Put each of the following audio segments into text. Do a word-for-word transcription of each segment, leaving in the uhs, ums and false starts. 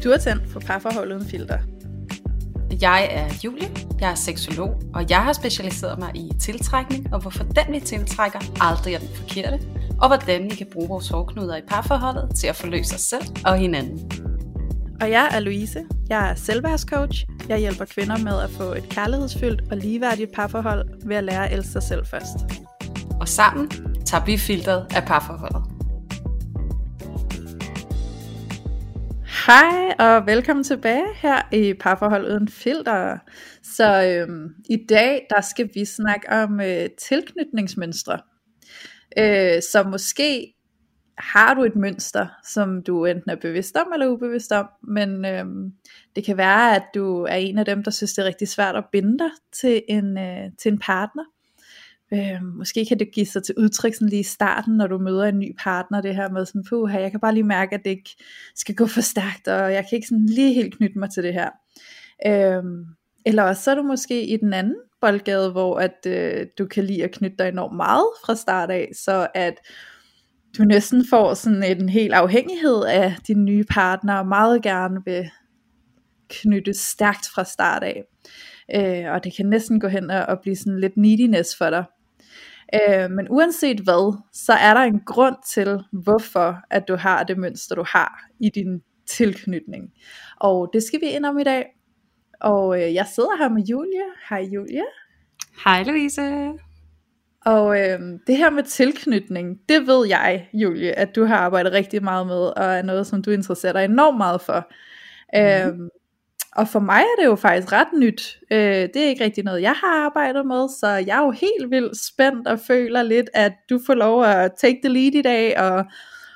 Du er tændt for Parforhold uden filter. Jeg er Julie, jeg er seksolog, og jeg har specialiseret mig i tiltrækning, og hvorfor den vi tiltrækker aldrig er den forkerte, og hvordan vi kan bruge vores hårdknuder i parforholdet til at forløse os selv og hinanden. Og jeg er Louise, jeg er selvværdscoach. Jeg hjælper kvinder med at få et kærlighedsfyldt og ligeværdigt parforhold ved at lære at elske sig selv først. Og sammen tager vi filteret af parforholdet. Hej og velkommen tilbage her i Parforhold uden filter. Så øhm, i dag der skal vi snakke om øh, tilknytningsmønstre. Øh, så måske har du et mønster, som du enten er bevidst om eller ubevidst om, men øhm, det kan være, at du er en af dem, der synes, det er rigtig svært at binde dig til en, øh, til en partner. Øh, måske kan det give sig til udtryk sådan lige i starten, når du møder en ny partner, det her med sådan, puha, jeg kan bare lige mærke, at det ikke skal gå for stærkt, og jeg kan ikke sådan lige helt knytte mig til det her. Øh, eller også så er du måske i den anden boldgade, hvor at, øh, du kan lide at knytte dig enormt meget fra start af, så at du næsten får sådan en hel afhængighed af din nye partner, og meget gerne vil knytte stærkt fra start af. Øh, og det kan næsten gå hen og, og blive sådan lidt neediness for dig. Øh, men uanset hvad, så er der en grund til, hvorfor at du har det mønster, du har i din tilknytning. Og det skal vi ind om i dag. Og øh, jeg sidder her med Julie. Hej Julie. Hej Louise. Og øh, det her med tilknytning, det ved jeg, Julie, at du har arbejdet rigtig meget med, og er noget, som du interesserer dig enormt meget for. Mm. Øh, Og for mig er det jo faktisk ret nyt. Øh, det er ikke rigtig noget, jeg har arbejdet med, så jeg er jo helt vildt spændt og føler lidt, at du får lov at take the lead i dag, og,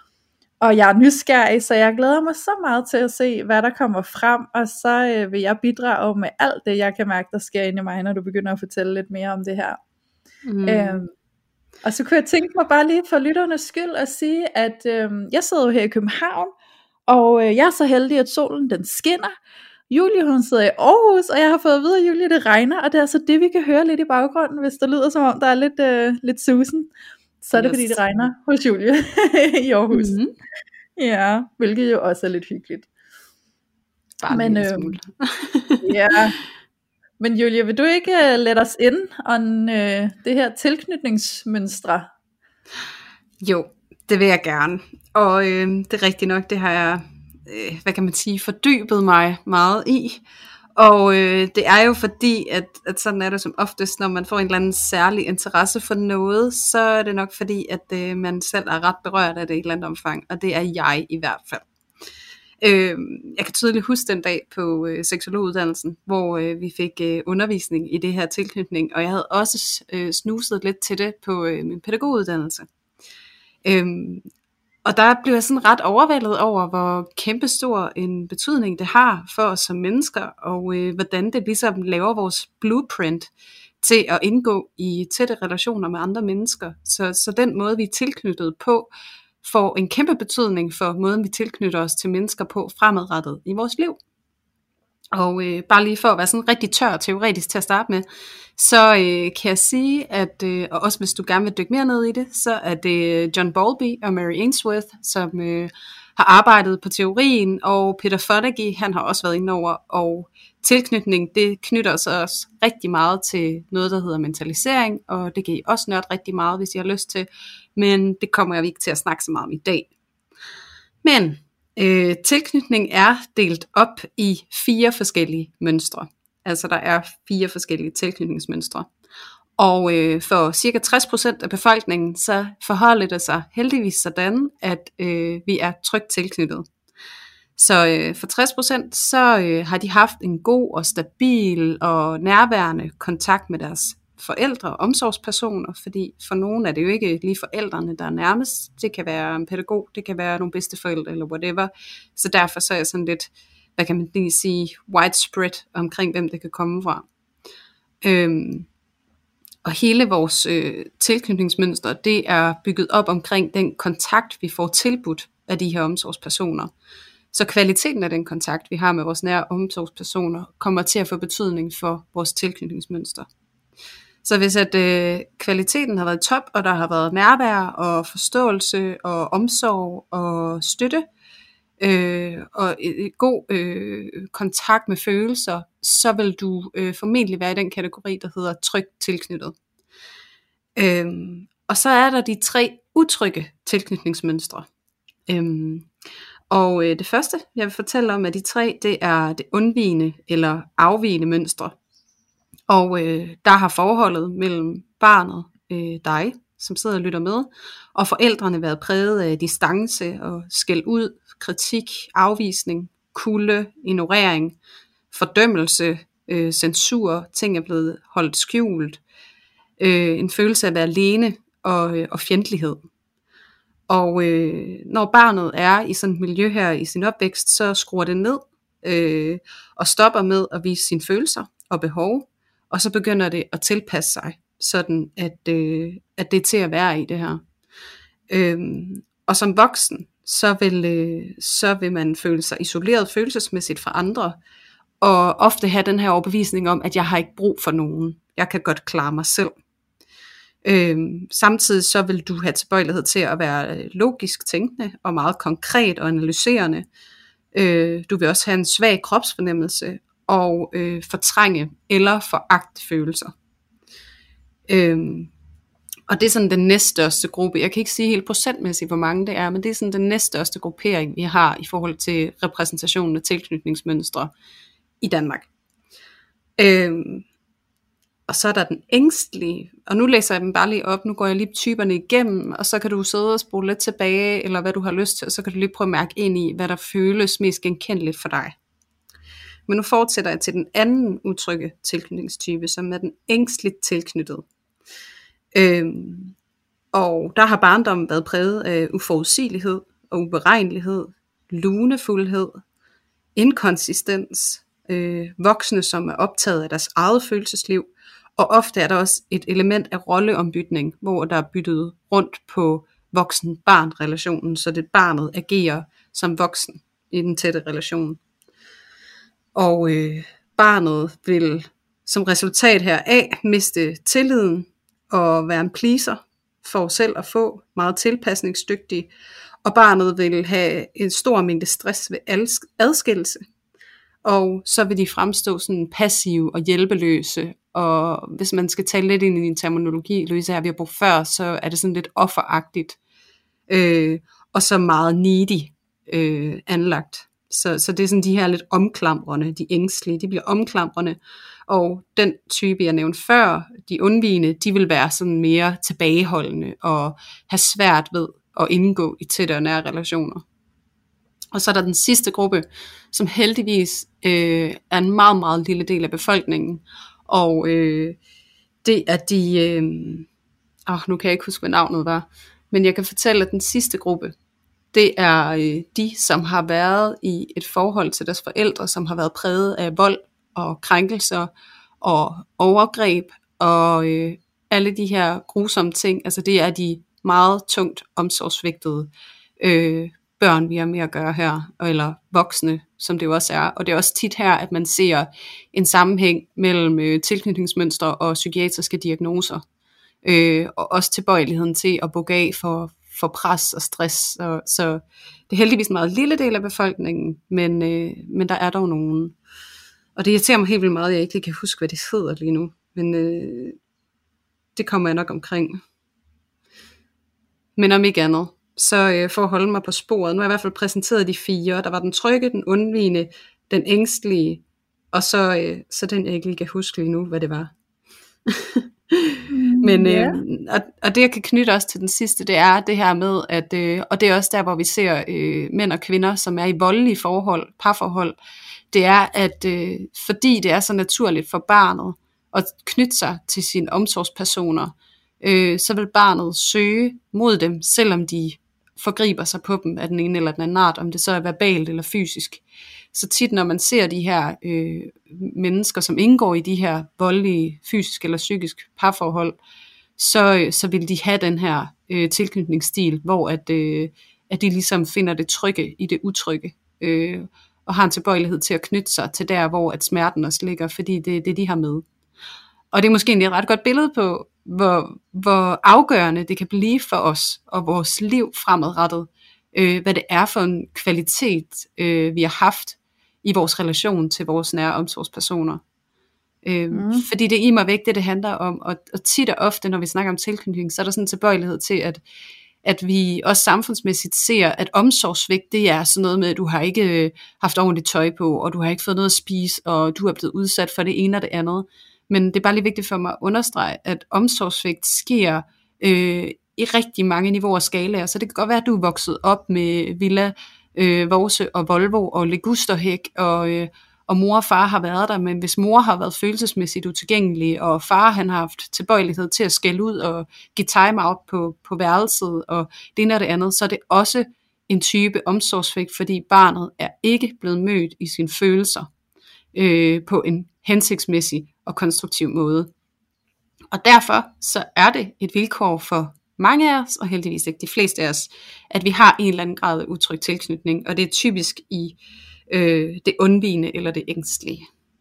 og jeg er nysgerrig, så jeg glæder mig så meget til at se, hvad der kommer frem, og så øh, vil jeg bidrage med alt det, jeg kan mærke, der sker inde i mig, når du begynder at fortælle lidt mere om det her. Mm. Øh, og så kunne jeg tænke mig bare lige for lytternes skyld at sige, at øh, jeg sidder jo her i København, og øh, jeg er så heldig, at solen den skinner. Julie hun sidder i Aarhus, og jeg har fået at vide, at Julie det regner, og det er altså det, vi kan høre lidt i baggrunden, hvis der lyder som om, der er lidt, øh, lidt susen. Så er det, yes. Fordi det regner hos Julie i Aarhus. Mm-hmm. Ja, hvilket jo også er lidt hyggeligt. Bare Men, øh, ja. Men Julie, vil du ikke uh, lade os ind om uh, det her tilknytningsmønstre? Jo, det vil jeg gerne. Og øh, det er rigtigt nok, det har jeg... hvad kan man sige, fordybet mig meget i, og øh, det er jo fordi, at, at sådan er det som oftest, når man får en eller anden særlig interesse for noget, så er det nok fordi, at øh, man selv er ret berørt af det i et eller andet omfang, og det er jeg i hvert fald. Øh, jeg kan tydeligt huske den dag på øh, seksologuddannelsen, hvor øh, vi fik øh, undervisning i det her tilknytning, og jeg havde også øh, snuset lidt til det på øh, min pædagoguddannelse. Øh, Og der bliver jeg sådan ret overvældet over, hvor kæmpestor en betydning det har for os som mennesker, og øh, hvordan det ligesom laver vores blueprint til at indgå i tætte relationer med andre mennesker. Så, så den måde, vi er tilknyttet på, får en kæmpe betydning for måden, vi tilknytter os til mennesker på fremadrettet i vores liv. Og øh, bare lige for at være sådan rigtig tør teoretisk til at starte med, så øh, kan jeg sige, at øh, og også hvis du gerne vil dykke mere ned i det, så er det John Bowlby og Mary Ainsworth, som øh, har arbejdet på teorien, og Peter Fonagy, han har også været inde over, og tilknytning, det knytter os også rigtig meget til noget, der hedder mentalisering, og det kan I også nørde rigtig meget, hvis I har lyst til, men det kommer jeg ikke til at snakke så meget om i dag. Men Øh, tilknytning er delt op i fire forskellige mønstre. Altså der er fire forskellige tilknytningsmønstre. Og øh, for cirka tres procent af befolkningen, så forholder det sig heldigvis sådan, at øh, vi er trygt tilknyttet. Så øh, for tres procent, så øh, har de haft en god og stabil og nærværende kontakt med deres forældre og omsorgspersoner, fordi for nogle er det jo ikke lige forældrene, der er nærmest. Det kan være en pædagog, det kan være nogle bedsteforældre eller whatever. Så derfor så er jeg sådan lidt, hvad kan man lige sige, widespread omkring, hvem det kan komme fra. Øhm, og hele vores øh, tilknytningsmønster, det er bygget op omkring den kontakt, vi får tilbudt af de her omsorgspersoner. Så kvaliteten af den kontakt, vi har med vores nære omsorgspersoner, kommer til at få betydning for vores tilknytningsmønster. Så hvis at øh, kvaliteten har været top, og der har været nærvær og forståelse og omsorg og støtte, øh, og et, et god øh, kontakt med følelser, så vil du øh, formentlig være i den kategori, der hedder trygt tilknyttet. Øhm, og så er der de tre utrygge tilknytningsmønstre. Øhm, og øh, det første, jeg vil fortælle om af de tre, det er det undvigende eller afvigende mønstre. Og øh, der har forholdet mellem barnet, øh, dig, som sidder og lytter med, og forældrene været præget af distance og skæld ud, kritik, afvisning, kulde, ignorering, fordømmelse, øh, censur, ting er blevet holdt skjult, øh, en følelse af at være alene og, øh, og fjendtlighed. Og øh, når barnet er i sådan et miljø her i sin opvækst, så skruer det ned øh, og stopper med at vise sine følelser og behov, og så begynder det at tilpasse sig, sådan at, øh, at det er til at være i det her. Øh, og som voksen, så vil, øh, så vil man føle sig isoleret følelsesmæssigt fra andre, og ofte have den her overbevisning om, at jeg har ikke brug for nogen. Jeg kan godt klare mig selv. Øhm, samtidig så vil du have tilbøjelighed til at være logisk tænkende og meget konkret og analyserende. Øh, du vil også have en svag kropsfornemmelse og øh, fortrænge eller foragte følelser. Øhm, og det er sådan den næststørste gruppe. Jeg kan ikke sige helt procentmæssigt, hvor mange det er, men det er sådan den næststørste gruppering, vi har i forhold til repræsentationen af tilknytningsmønstre i Danmark. Øhm, Og så er der den ængstlige, og nu læser jeg dem bare lige op, nu går jeg lige typerne igennem, og så kan du sidde og spole lidt tilbage, eller hvad du har lyst til, og så kan du lige prøve at mærke ind i, hvad der føles mest genkendeligt for dig. Men nu fortsætter jeg til den anden utrygge tilknytningstype, som er den ængstligt tilknyttet. Øhm, og der har barndommen været præget af uforudsigelighed og uberegnelighed, lunefuldhed, inkonsistens, øh, voksne, som er optaget af deres eget følelsesliv, og ofte er der også et element af rolleombytning, hvor der er byttet rundt på voksen-barn-relationen, så det barnet agerer som voksen i den tætte relation. Og øh, barnet vil som resultat heraf miste tilliden og være en pleaser for selv at få meget tilpasningsdygtig, og barnet vil have en stor mængde stress ved adskillelse, og så vil de fremstå sådan passive og hjælpeløse, og hvis man skal tale lidt ind i din terminologi, Louise, her vi har brugt før, så er det sådan lidt offeragtigt, øh, og så meget needy øh, anlagt. Så, så det er sådan de her lidt omklamrende, de ængstlige, de bliver omklamrende, og den type, jeg nævnte før, de undvigende, de vil være sådan mere tilbageholdende, og have svært ved at indgå i tætte og nære relationer. Og så er der den sidste gruppe, som heldigvis øh, er en meget, meget lille del af befolkningen. Og øh, det er de, øh, åh, nu kan jeg ikke huske, hvad navnet var, men jeg kan fortælle, at den sidste gruppe, det er øh, de, som har været i et forhold til deres forældre, som har været præget af vold og krænkelser og overgreb og øh, alle de her grusomme ting. Altså det er de meget tungt omsorgsvigtede øh, børn, vi har med at gøre her, eller voksne, som det jo også er. Og det er også tit her, at man ser en sammenhæng mellem øh, tilknytningsmønstre og psykiatriske diagnoser. Øh, og også tilbøjeligheden til at bukke af for, for pres og stress. Og, så det er heldigvis en meget lille del af befolkningen, men, øh, men der er dog nogen. Og det irriterer mig helt vildt meget, at jeg ikke lige kan huske, hvad det hedder lige nu. Men øh, det kommer jeg nok omkring. Men om ikke andet, så øh, for at holde mig på sporet, nu har jeg i hvert fald præsenteret de fire. Der var den trygge, den undvigende, den ængstelige, og så, øh, så den jeg ikke lige kan huske lige nu, hvad det var. Men, øh, og, og det jeg kan knytte også til den sidste, det er det her med, at, øh, og det er også der, hvor vi ser øh, mænd og kvinder, som er i voldelige forhold, parforhold, det er, at øh, fordi det er så naturligt for barnet at knytte sig til sine omsorgspersoner, øh, så vil barnet søge mod dem, selvom de forgriber sig på dem af den ene eller den anden art, om det så er verbalt eller fysisk. Så tit når man ser de her øh, mennesker, som indgår i de her voldelige, fysisk eller psykisk parforhold, så, så vil de have den her øh, tilknytningsstil, hvor at, øh, at de ligesom finder det trygge i det utrygge, øh, og har en tilbøjelighed til at knytte sig til der, hvor at smerten også ligger, fordi det er det, de har med. Og det er måske et ret godt billede på, hvor, hvor afgørende det kan blive for os, og vores liv fremadrettet, øh, hvad det er for en kvalitet, øh, vi har haft i vores relation til vores nære omsorgspersoner. Øh, mm. Fordi det er i mig væk, det det handler om, og, og tit og ofte, når vi snakker om tilknytning, så er der sådan en tilbøjelighed til, at at vi også samfundsmæssigt ser, at omsorgssvigt, det er sådan noget med, at du har ikke haft ordentligt tøj på, og du har ikke fået noget at spise, og du er blevet udsat for det ene og det andet. Men det er bare lige vigtigt for mig at understrege, at omsorgssvigt sker øh, i rigtig mange niveauer og skalaer. Så det kan godt være, at du er vokset op med Villa, øh, Vorse og Volvo og Legusterhæk, og, øh, og mor og far har været der, men hvis mor har været følelsesmæssigt utilgængelig, og far han har haft tilbøjelighed til at skælde ud og give time-out på, på værelset, og det ene og det andet, så er det også en type omsorgssvigt, fordi barnet er ikke blevet mødt i sine følelser øh, på en hensigtsmæssig og konstruktiv måde. Og derfor så er det et vilkår for mange af os, og heldigvis ikke de fleste af os, at vi har en eller anden grad af utryg tilknytning, og det er typisk i øh, det undvigende eller det ængstlige.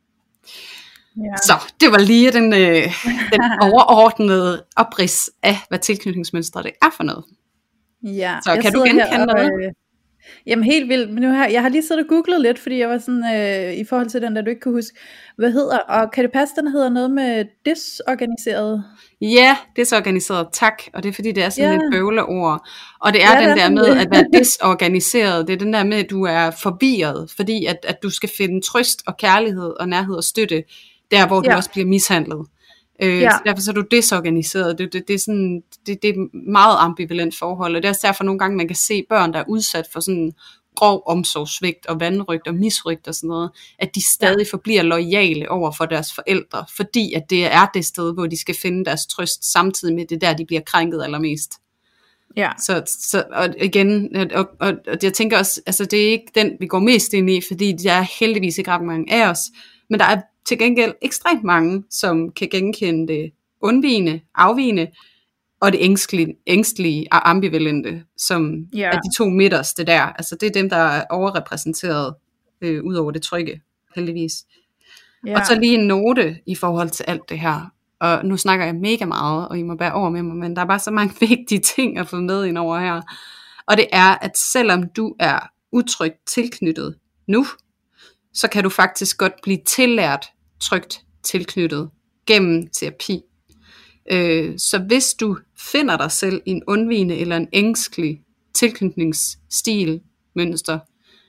Ja. Så det var lige den, øh, den overordnede oprids af, hvad tilknytningsmønstre det er for noget. Ja, så kan du genkende noget? Øh, jamen helt vildt, men nu har, jeg har lige siddet og googlet lidt, fordi jeg var sådan, øh, i forhold til den der, du ikke kan huske, hvad hedder, og kan det passe, den hedder noget med desorganiseret? Ja, desorganiseret, tak, og det er fordi, det er sådan ja. et bøvleord, og det er ja, den det er der med det. At være desorganiseret, det er den der med, at du er forvirret, fordi at, at du skal finde trøst og kærlighed og nærhed og støtte, der hvor du ja. også bliver mishandlet. Øh, ja. Så derfor så er du desorganiseret. Det, det, det, er sådan, det, det er et meget ambivalent forhold, og det er også derfor nogle gange, man kan se børn, der er udsat for sådan grov omsorgssvigt og vanrygt og misrygt og sådan noget, at de stadig ja. forbliver loyale over for deres forældre, fordi at det er det sted, hvor de skal finde deres trøst, samtidig med det der, de bliver krænket allermest. Ja. Så, så og igen, og, og, og jeg tænker også, altså det er ikke den, vi går mest ind i, fordi der er heldigvis ikke ret mange af os, men der er til gengæld ekstremt mange, som kan genkende det undvigende, afvigende, og det ængstlige, ængstlige og ambivalente, som yeah. er de to midterste der. Altså det er dem, der er overrepræsenteret øh, ud over det trygge, heldigvis. Yeah. Og så lige en note i forhold til alt det her. Og nu snakker jeg mega meget, og I må bære over med mig, men der er bare så mange vigtige ting at få med ind over her. Og det er, at selvom du er utrygt tilknyttet nu, så kan du faktisk godt blive tillært trygt tilknyttet gennem terapi. Øh, så hvis du finder dig selv i en undvigende eller en ængstelig tilknytningsstil, mønster,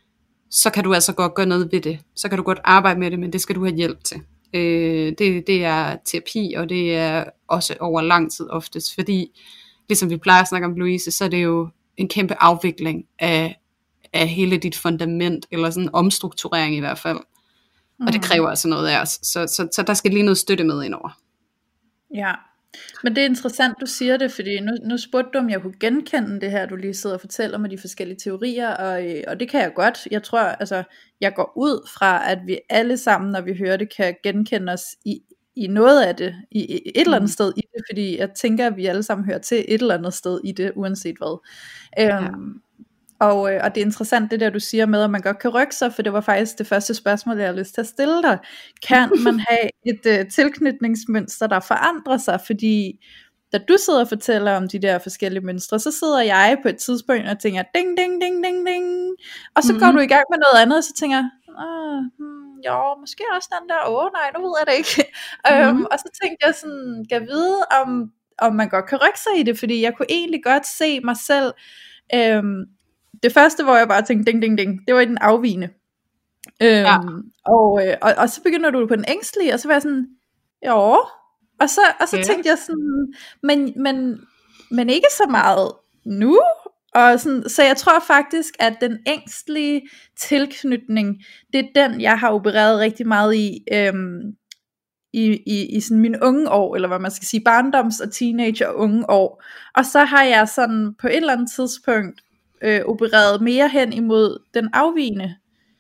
så kan du altså godt gøre noget ved det. Så kan du godt arbejde med det, men det skal du have hjælp til. Øh, det, det er terapi, og det er også over lang tid oftest, fordi ligesom vi plejer at snakke om Louise, så er det jo en kæmpe afvikling af, af hele dit fundament, eller sådan en omstrukturering i hvert fald. Mm. Og det kræver altså noget af os. Så, så, så der skal lige noget støtte med indover. Ja, men det er interessant, du siger det, fordi nu, nu spurgte du, om jeg kunne genkende det her, du lige sidder og fortæller med de forskellige teorier, og, og det kan jeg godt. Jeg tror, altså, jeg går ud fra, at vi alle sammen, når vi hører det, kan genkende os i, i noget af det, i, i et eller andet mm. sted i det, fordi jeg tænker, at vi alle sammen hører til et eller andet sted i det, uanset hvad. Ja. Øhm, Og, og det er interessant det der du siger med at man godt kan rykke sig, for det var faktisk det første spørgsmål jeg har lyst til at stille dig. Kan man have et uh, tilknytningsmønster der forandrer sig? Fordi da du sidder og fortæller om de der forskellige mønstre, så sidder jeg på et tidspunkt og tænker ding ding ding ding ding, og så mm-hmm. går du i gang med noget andet, og så tænker jeg ah, hmm, jo, måske også den der, åh nej, nu ved jeg det ikke. Mm-hmm. um, og så tænkte jeg sådan, kan jeg vide om, om man godt kan rykke sig i det, fordi jeg kunne egentlig godt se mig selv um, det første, hvor jeg bare tænkte ding ding ding, det var i den afvigende. Øhm, ja. og, øh, og, og så begynder du på den ængstlige, og så var jeg sådan, jo. Og så, og så ja. tænkte jeg sådan, men, men, men ikke så meget nu. Og sådan, så jeg tror faktisk, at den ængstlige tilknytning, det er den, jeg har opereret rigtig meget i, øhm, i, i, i sådan mine unge år, eller hvad man skal sige, barndoms- og teenager- og unge år. Og så har jeg sådan på et eller andet tidspunkt, Øh, opereret mere hen imod den afvigende.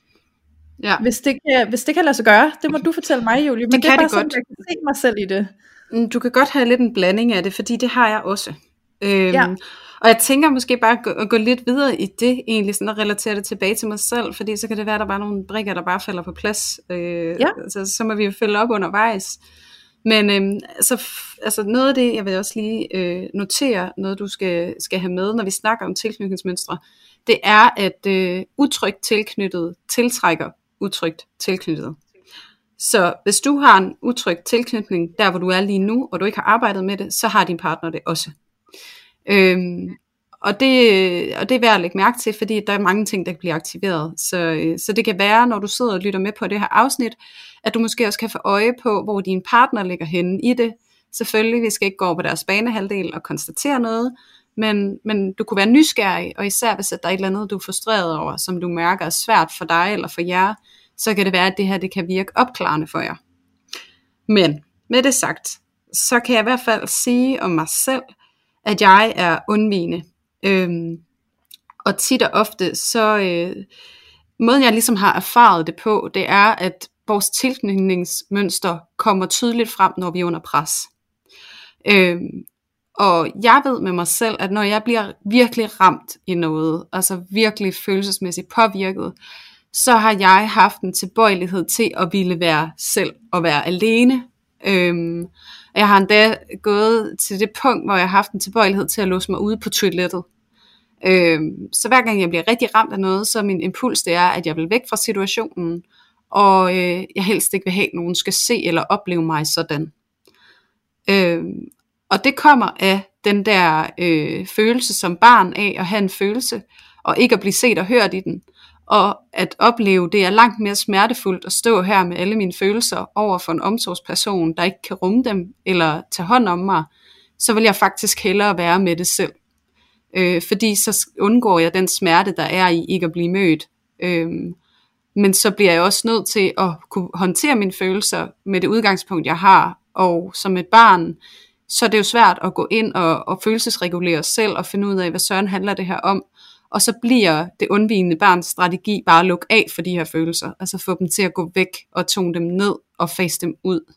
Ja. Hvis, det kan, hvis det kan lade sig gøre, det må du fortælle mig, Julie, men det, det er bare det sådan, godt. Jeg kan se mig selv i det. Du kan godt have lidt en blanding af det, fordi det har jeg også. Øhm, ja. Og jeg tænker måske bare at gå, at gå lidt videre i det, egentlig sådan at relatere det tilbage til mig selv, fordi så kan det være, at der bare er nogle brikker, der bare falder på plads. Øh, ja. så, så må vi jo følge op undervejs. Men øhm, altså, altså noget af det, jeg vil også lige øh, notere, noget du skal, skal have med, når vi snakker om tilknytningsmønstre, det er, at øh, utrygt tilknyttet tiltrækker utrygt tilknyttet. Så hvis du har en utryg tilknytning, der hvor du er lige nu, og du ikke har arbejdet med det, så har din partner det også. Øhm, og, det, og det er værd at lægge mærke til, fordi der er mange ting, der kan blive aktiveret. Så, så det kan være, når du sidder og lytter med på det her afsnit, at du måske også kan få øje på, hvor din partner ligger henne i det. Selvfølgelig, vi skal ikke gå over på deres banehalvdel og konstatere noget, men, men du kunne være nysgerrig, og især hvis der er et eller andet, du er frustreret over, som du mærker er svært for dig eller for jer, så kan det være, at det her det kan virke opklarende for jer. Men med det sagt, så kan jeg i hvert fald sige om mig selv, at jeg er undvigende. Øhm, og tit og ofte, så øh, måden jeg ligesom har erfaret det på, det er, at vores tilknytningsmønster kommer tydeligt frem, når vi er under pres. Øhm, og jeg ved med mig selv, at når jeg bliver virkelig ramt i noget, altså virkelig følelsesmæssigt påvirket, så har jeg haft en tilbøjelighed til at ville være selv og være alene. Øhm, jeg har endda gået til det punkt, hvor jeg har haft en tilbøjelighed til at låse mig ude på toilettet. Øhm, så hver gang jeg bliver rigtig ramt af noget, så min impuls det er, at jeg vil væk fra situationen, og øh, jeg helst ikke vil have, at nogen skal se eller opleve mig sådan. Øhm, og det kommer af den der øh, følelse som barn af at have en følelse, og ikke at blive set og hørt i den. Og at opleve, det er langt mere smertefuldt at stå her med alle mine følelser over for en omsorgsperson, der ikke kan rumme dem eller tage hånd om mig, så vil jeg faktisk hellere være med det selv. Øh, fordi så undgår jeg den smerte, der er i ikke at blive mødt. Øh, men så bliver jeg også nødt til at kunne håndtere mine følelser med det udgangspunkt, jeg har. Og som et barn, så er det jo svært at gå ind og, og følelsesregulere selv og finde ud af, hvad søren handler det her om. Og så bliver det undvigende barns strategi bare at lukke af for de her følelser. Altså få dem til at gå væk og tone dem ned og face dem ud.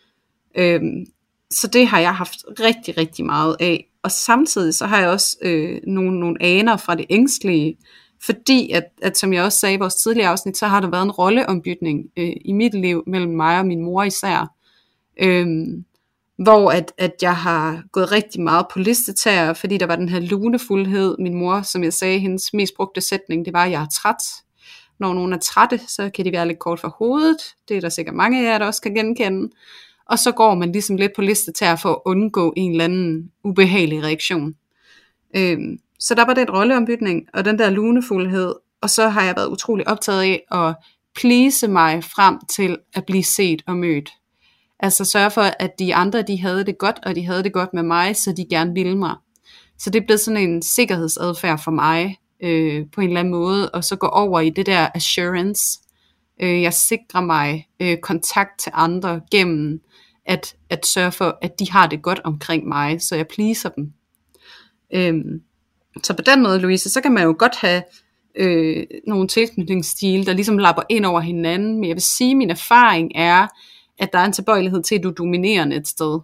Øhm, så det har jeg haft rigtig, rigtig meget af. Og samtidig så har jeg også øh, nogle, nogle aner fra det ængstlige. Fordi at, at som jeg også sagde i vores tidligere afsnit, så har der været en rolleombytning øh, i mit liv mellem mig og min mor især. Øhm, hvor at, at jeg har gået rigtig meget på listetager, fordi der var den her lunefuldhed. Min mor, som jeg sagde, hendes mest brugte sætning, det var, at jeg er træt. Når nogen er trætte, så kan de være lidt kort for hovedet. Det er der sikkert mange af jer, der også kan genkende. Og så går man ligesom lidt på listetager for at undgå en eller anden ubehagelig reaktion. Øhm, så der var den rolleombytning, og den der lunefuldhed. Og så har jeg været utrolig optaget af at please mig frem til at blive set og mødt. Altså sørge for, at de andre, de havde det godt, og de havde det godt med mig, så de gerne ville mig. Så det blev sådan en sikkerhedsadfærd for mig, øh, på en eller anden måde, og så gå over i det der assurance. Øh, jeg sikrer mig øh, kontakt til andre gennem at, at sørge for, at de har det godt omkring mig, så jeg pleaser dem. Øh, så på den måde, Louise, så kan man jo godt have øh, nogle tilknytningsstil, der ligesom lapper ind over hinanden, men jeg vil sige, at min erfaring er, at der er en tilbøjelighed til, at du er dominerende et sted.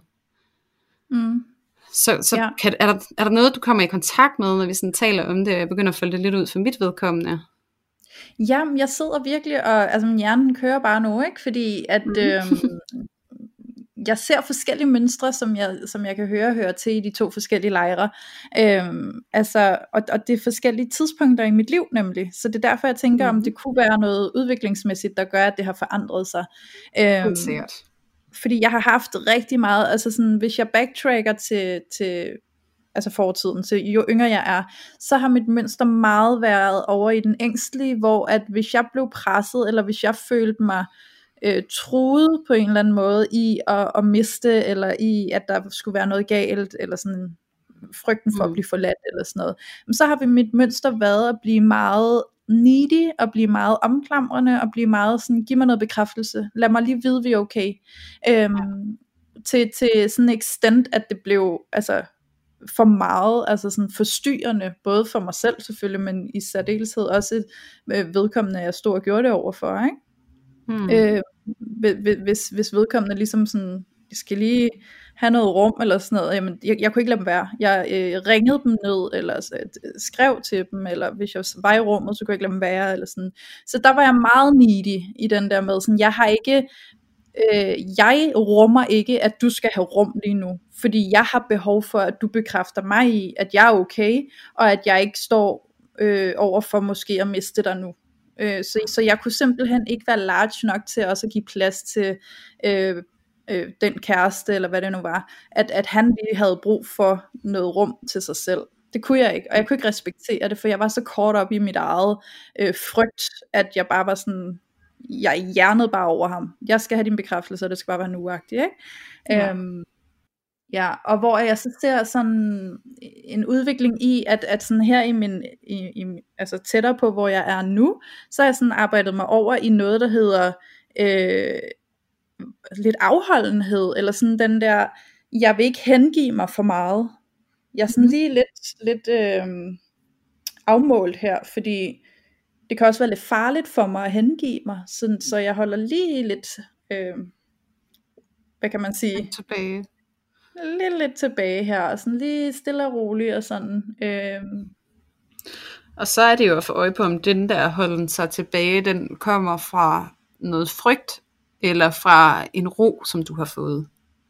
Mm. Så, så ja. kan, er, der, er der noget, du kommer i kontakt med, når vi sådan taler om det, og jeg begynder at følge det lidt ud for mit vedkommende? Jamen, jeg sidder virkelig, og altså min hjerne kører bare nu, ikke? Fordi at mm. øhm, jeg ser forskellige mønstre, som jeg, som jeg kan høre hører til i de to forskellige lejre. Øhm, altså, og, og det er forskellige tidspunkter i mit liv nemlig. Så det er derfor, jeg tænker, mm. om det kunne være noget udviklingsmæssigt, der gør, at det har forandret sig. Øhm, fordi jeg har haft rigtig meget, altså sådan, hvis jeg backtracker til, til altså fortiden, så jo yngre jeg er, så har mit mønster meget været over i den ængstlige, hvor at hvis jeg blev presset, eller hvis jeg følte mig øh, truet på en eller anden måde i at, at miste, eller i at der skulle være noget galt, eller sådan frygten for mm. at blive forladt, eller sådan noget, så har vi mit mønster været at blive meget needy, og blive meget omklamrende, og blive meget sådan, giv mig noget bekræftelse, lad mig lige vide, vi er okay, øhm, ja. til, til sådan en extent, at det blev, altså for meget, altså sådan forstyrrende, både for mig selv selvfølgelig, men i særdeleshed også øh, vedkommende, jeg stod og gjorde det overfor, ikke? Hmm. Øh, hvis, hvis vedkommende ligesom sådan, jeg skal lige have noget rum, eller sådan noget, jamen, jeg, jeg kunne ikke lade dem være, jeg øh, ringede dem ned, eller øh, skrev til dem, eller hvis jeg var i rummet, så kunne jeg ikke lade dem være, eller sådan, så der var jeg meget needy, i den der med, sådan, jeg har ikke, øh, jeg rummer ikke, at du skal have rum lige nu, fordi jeg har behov for, at du bekræfter mig i, at jeg er okay, og at jeg ikke står øh, over for måske at miste dig nu. Øh, så, så jeg kunne simpelthen ikke være large nok til også at give plads til øh, øh, den kæreste, eller hvad det nu var, at, at han lige havde brug for noget rum til sig selv. Det kunne jeg ikke, og jeg kunne ikke respektere det, for jeg var så kort op i mit eget øh, frygt, at jeg bare var sådan, jeg hjernede bare over ham. Jeg skal have din bekræftelse, og det skal bare være nuagtigt, ikke? Ja. Øhm, ja, og hvor jeg så ser sådan en udvikling i, at, at sådan her i min, i, i, altså tættere på, hvor jeg er nu, så har jeg sådan arbejdet mig over i noget, der hedder øh, lidt afholdenhed, eller sådan den der, jeg vil ikke hengive mig for meget. Jeg er sådan lige lidt, lidt øh, afmålt her, fordi det kan også være lidt farligt for mig at hengive mig, så, så jeg holder lige lidt, øh, hvad kan man sige? Tilbage. Lidt, lidt tilbage her, og sådan lige stille og roligt og sådan. Øh. Og så er det jo at få øje på, om den der holden sig tilbage, den kommer fra noget frygt, eller fra en ro, som du har fået.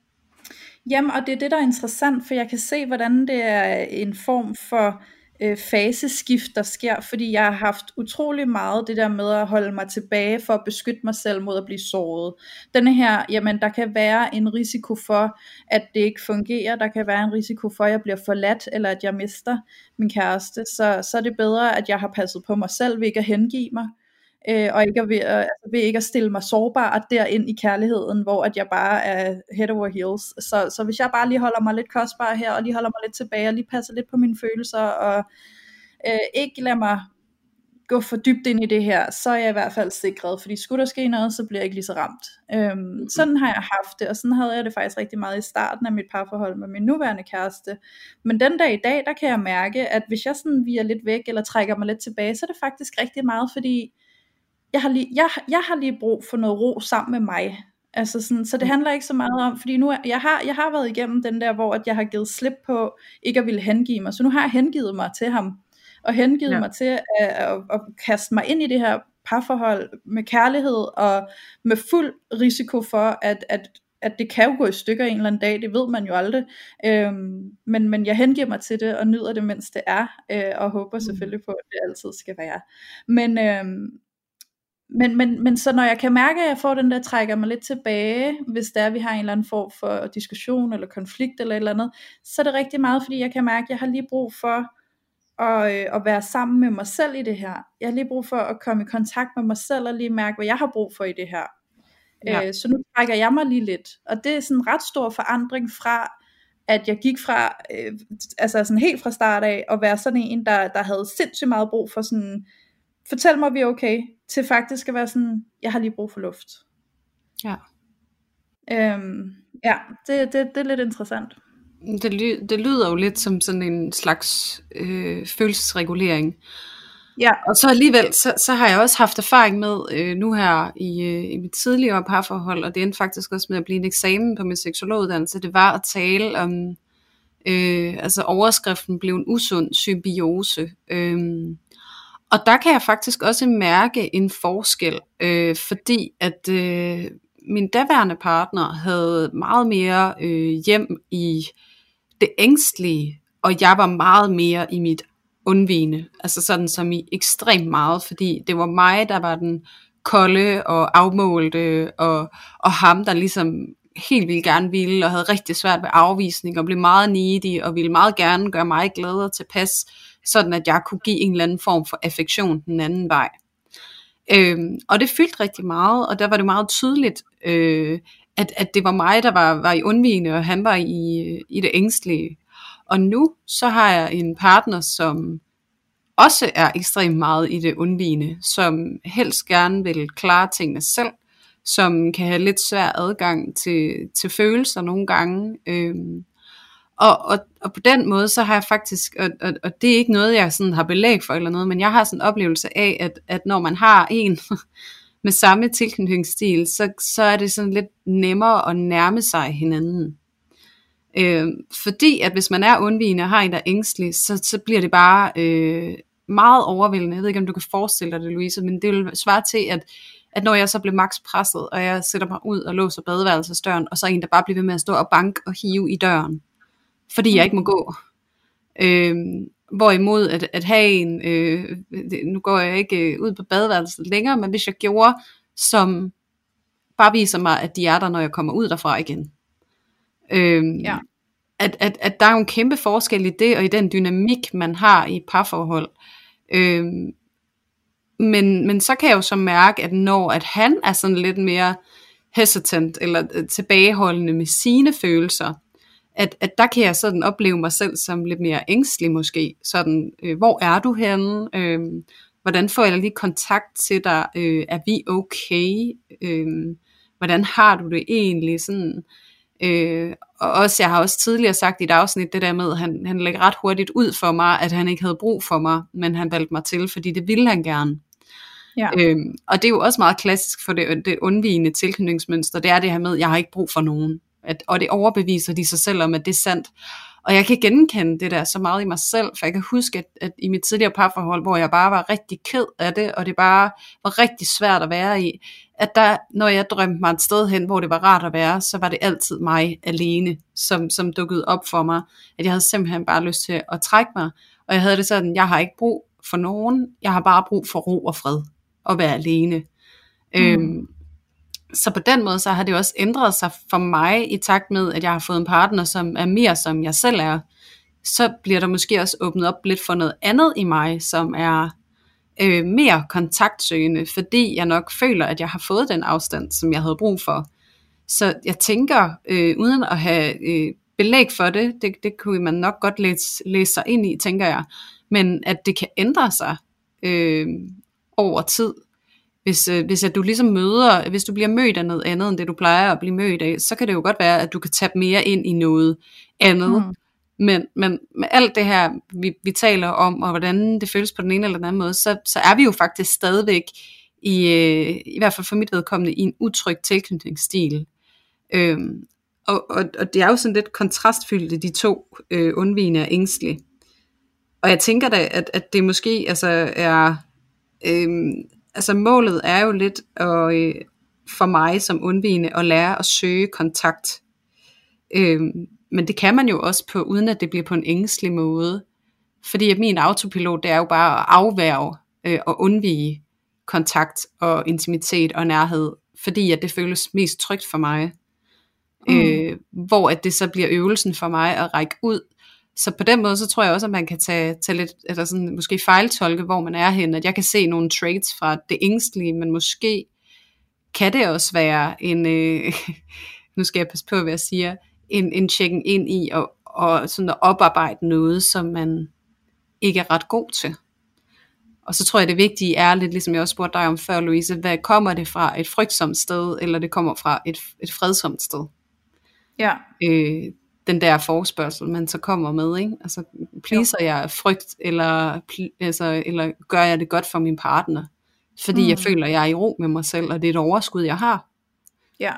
Jamen, og det er det, der er interessant, for jeg kan se, hvordan det er en form for øh, faseskift, der sker, fordi jeg har haft utrolig meget det der med at holde mig tilbage for at beskytte mig selv mod at blive såret. Denne her, jamen, der kan være en risiko for, at det ikke fungerer, der kan være en risiko for, at jeg bliver forladt, eller at jeg mister min kæreste, så, så er det bedre, at jeg har passet på mig selv ved ikke at hengive mig. Øh, og ikke at, ved, altså, ved ikke at stille mig sårbar derind i kærligheden, hvor at jeg bare er head over heels. Så, så hvis jeg bare lige holder mig lidt kostbar her, og lige holder mig lidt tilbage, og lige passer lidt på mine følelser, og øh, ikke lader mig gå for dybt ind i det her, så er jeg i hvert fald sikret, fordi skulle der ske noget, så bliver jeg ikke lige så ramt. Øhm, mm-hmm. Sådan har jeg haft det, og sådan havde jeg det faktisk rigtig meget i starten af mit parforhold med min nuværende kæreste. Men den dag i dag, der kan jeg mærke, at hvis jeg sådan viger lidt væk, eller trækker mig lidt tilbage, så er det faktisk rigtig meget, fordi Jeg har, lige, jeg, jeg har lige brug for noget ro sammen med mig. Altså sådan, så det handler ikke så meget om, fordi nu er, jeg, har, jeg har været igennem den der, hvor at jeg har givet slip på ikke at ville hengive mig. Så nu har jeg hengivet mig til ham, og hengivet ja. mig til at, at, at kaste mig ind i det her parforhold med kærlighed, og med fuld risiko for, at, at, at det kan jo gå i stykker en eller anden dag, det ved man jo aldrig. Øhm, men, men jeg hengiver mig til det, og nyder det, mens det er, øh, og håber selvfølgelig på, at det altid skal være. Men... Øhm, Men, men, men så når jeg kan mærke, at jeg får den der, trækker mig lidt tilbage, hvis der vi har en eller anden form for diskussion eller konflikt eller et eller andet, så er det rigtig meget, fordi jeg kan mærke, at jeg har lige brug for at, øh, at være sammen med mig selv i det her. Jeg har lige brug for at komme i kontakt med mig selv og lige mærke, hvad jeg har brug for i det her. Ja. Øh, så nu trækker jeg mig lige lidt. Og det er sådan en ret stor forandring fra, at jeg gik fra, øh, altså sådan helt fra start af, at være sådan en, der, der havde sindssygt meget brug for sådan, fortæl mig, vi er okay, til faktisk at være sådan, jeg har lige brug for luft. Ja. Øhm, ja, det, det, det er lidt interessant. Det, ly- det lyder jo lidt som sådan en slags øh, følelsesregulering. Ja. Og så alligevel, så, så har jeg også haft erfaring med øh, nu her i, øh, i mit tidligere parforhold, og det endte faktisk også med at blive en eksamen på min seksologuddannelse, det var at tale om, øh, altså overskriften blev en usund symbiose. Øh, Og der kan jeg faktisk også mærke en forskel, øh, fordi at øh, min daværende partner havde meget mere øh, hjem i det ængstlige, og jeg var meget mere i mit undvigende, altså sådan som i ekstremt meget, fordi det var mig, der var den kolde og afmålte, og, og ham, der ligesom helt vildt gerne ville, og havde rigtig svært ved afvisning, og blev meget needy, og ville meget gerne gøre mig glad og tilpas, sådan at jeg kunne give en eller anden form for affektion den anden vej. Øhm, og det fyldte rigtig meget, og der var det meget tydeligt, øh, at, at det var mig, der var, var i undvigende, og han var i, i det ængstlige. Og nu så har jeg en partner, som også er ekstremt meget i det undvigende, som helst gerne vil klare tingene selv, som kan have lidt svær adgang til, til følelser nogle gange. Øhm, Og, og, og på den måde, så har jeg faktisk, og, og, og det er ikke noget, jeg sådan har belæg for eller noget, men jeg har sådan en oplevelse af, at, at når man har en med samme tilknytningsstil, så, så er det sådan lidt nemmere at nærme sig hinanden. Øh, fordi at hvis man er undvigende og har en, der er ængstelig, så, så bliver det bare øh, meget overvældende. Jeg ved ikke, om du kan forestille dig det, Louise, men det vil svare til, at, at når jeg så bliver maks presset, og jeg sætter mig ud og låser badeværelsesdøren, og så er en, der bare bliver ved med at stå og banke og hive i døren, fordi jeg ikke må gå. Øhm, Hvorimod at, at have en, øh, det, nu går jeg ikke øh, ud på badeværelset længere, men hvis jeg gjorde, som bare viser mig, at de er der, når jeg kommer ud derfra igen. Øhm, Ja. at, at, at der er jo en kæmpe forskel i det, og i den dynamik, man har i et parforhold. Øhm, men, men så kan jeg jo så mærke, at når at han er sådan lidt mere hesitant, eller øh, tilbageholdende med sine følelser, at, at der kan jeg sådan opleve mig selv som lidt mere ængstelig måske. Sådan, øh, hvor er du henne? Øh, hvordan får jeg lige kontakt til dig? Øh, er vi okay? Øh, hvordan har du det egentlig? Sådan, øh, og også, jeg har også tidligere sagt i et afsnit, det der med, at han, han lægger ret hurtigt ud for mig, at han ikke havde brug for mig, men han valgte mig til, fordi det ville han gerne. Ja. Øhm, og det er jo også meget klassisk for det, det undvigende tilknytningsmønster, det er det her med, jeg har ikke brug for nogen. At, og det overbeviser de sig selv om, at det er sandt. Og jeg kan genkende det der så meget i mig selv, for jeg kan huske, at, at i mit tidligere parforhold, hvor jeg bare var rigtig ked af det, og det bare var rigtig svært at være i, at der, når jeg drømte mig et sted hen, hvor det var rart at være, så var det altid mig alene, som, som dukkede op for mig, at jeg havde simpelthen bare lyst til at trække mig, og jeg havde det sådan, jeg har ikke brug for nogen, jeg har bare brug for ro og fred, at være alene. Mm. Øhm, Så på den måde, så har det også ændret sig for mig, i takt med, at jeg har fået en partner, som er mere som jeg selv er. Så bliver der måske også åbnet op lidt for noget andet i mig, som er øh, mere kontaktsøgende, fordi jeg nok føler, at jeg har fået den afstand, som jeg havde brug for. Så jeg tænker, øh, uden at have øh, belæg for det, det, det kunne man nok godt læse, læse sig ind i, tænker jeg, men at det kan ændre sig øh, over tid. Hvis, øh, hvis at du ligesom møder, hvis du bliver mødt af noget andet, end det du plejer at blive mødt af, så kan det jo godt være, at du kan tabe mere ind i noget andet. Mm. Men, men med alt det her, vi, vi taler om, og hvordan det føles på den ene eller den anden måde, så, så er vi jo faktisk stadigvæk, i, øh, i hvert fald for mit vedkommende, i en utryg tilknytningsstil. Øhm, og, og, og det er jo sådan lidt kontrastfyldt, de to, øh, undvigende og ængstlige. Og jeg tænker da, at, at det måske altså er... Øh, Altså målet er jo lidt at, øh, for mig som undvigende at lære at søge kontakt. Øhm, men det kan man jo også på, uden at det bliver på en ængstelig måde. Fordi at min autopilot, det er jo bare at afværge øh, og undvige kontakt og intimitet og nærhed. Fordi at det føles mest trygt for mig. Mm. Øh, hvor at det så bliver øvelsen for mig at række ud. Så på den måde, så tror jeg også, at man kan tage, tage lidt, eller sådan, måske fejltolke, hvor man er henne, at jeg kan se nogle traits fra det ængstlige, men måske kan det også være en, øh, nu skal jeg passe på, hvad jeg siger, en, en checken ind i, og, og sådan at oparbejde noget, som man ikke er ret god til. Og så tror jeg, det vigtige er lidt, ligesom jeg også spurgte dig om før, Louise, hvad kommer det fra, et frygtsomt sted, eller det kommer fra et, et fredsomt sted? Ja. Øh, den der forespørgsel, man så kommer med, ikke? Altså, pleaser jeg af frygt, eller, altså, eller gør jeg det godt for min partner? Fordi mm. jeg føler, jeg er i ro med mig selv, og det er et overskud, jeg har. Ja,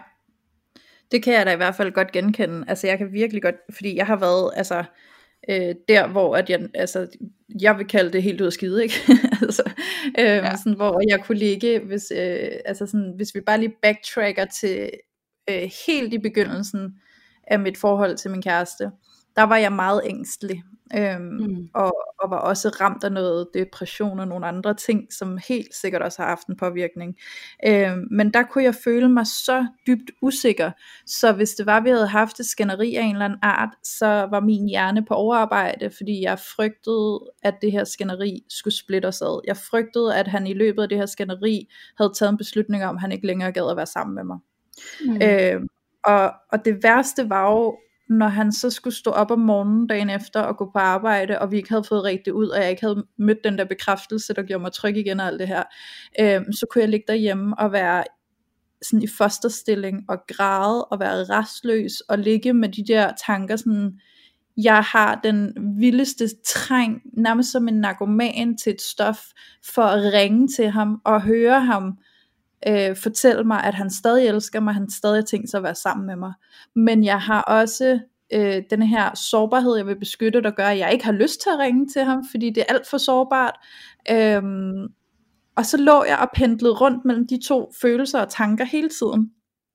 det kan jeg da i hvert fald godt genkende. Altså, jeg kan virkelig godt, fordi jeg har været, altså, øh, der, hvor at jeg, altså, jeg vil kalde det helt ud af skide, ikke? altså, øh, ja. Sådan, hvor jeg kunne ligge, hvis, øh, altså sådan, hvis vi bare lige backtracker til øh, helt i begyndelsen, af mit forhold til min kæreste, der var jeg meget ængstelig, øhm, mm. og, og var også ramt af noget depression og nogle andre ting, som helt sikkert også har haft en påvirkning. Øhm, men der kunne jeg føle mig så dybt usikker, så hvis det var, vi havde haft et skænderi af en eller anden art, så var min hjerne på overarbejde, fordi jeg frygtede, at det her skænderi skulle splitte os ad. Jeg frygtede, at han i løbet af det her skænderi havde taget en beslutning om, at han ikke længere gad at være sammen med mig. Mm. Øhm, Og, og det værste var jo, når han så skulle stå op om morgenen dagen efter og gå på arbejde, og vi ikke havde fået rigtigt ud, og jeg ikke havde mødt den der bekræftelse, der gjorde mig tryg igen og alt det her, øhm, så kunne jeg ligge derhjemme og være sådan i fosterstilling og græde og være rastløs og ligge med de der tanker sådan, jeg har den vildeste træng, nærmest som en narkoman til et stof, for at ringe til ham og høre ham Øh, fortælle mig, at han stadig elsker mig, han stadig har tænkt sig at være sammen med mig, men jeg har også øh, denne her sårbarhed, jeg vil beskytte, der gør, at jeg ikke har lyst til at ringe til ham, fordi det er alt for sårbart, øhm, og så lå jeg og pendlede rundt mellem de to følelser og tanker hele tiden,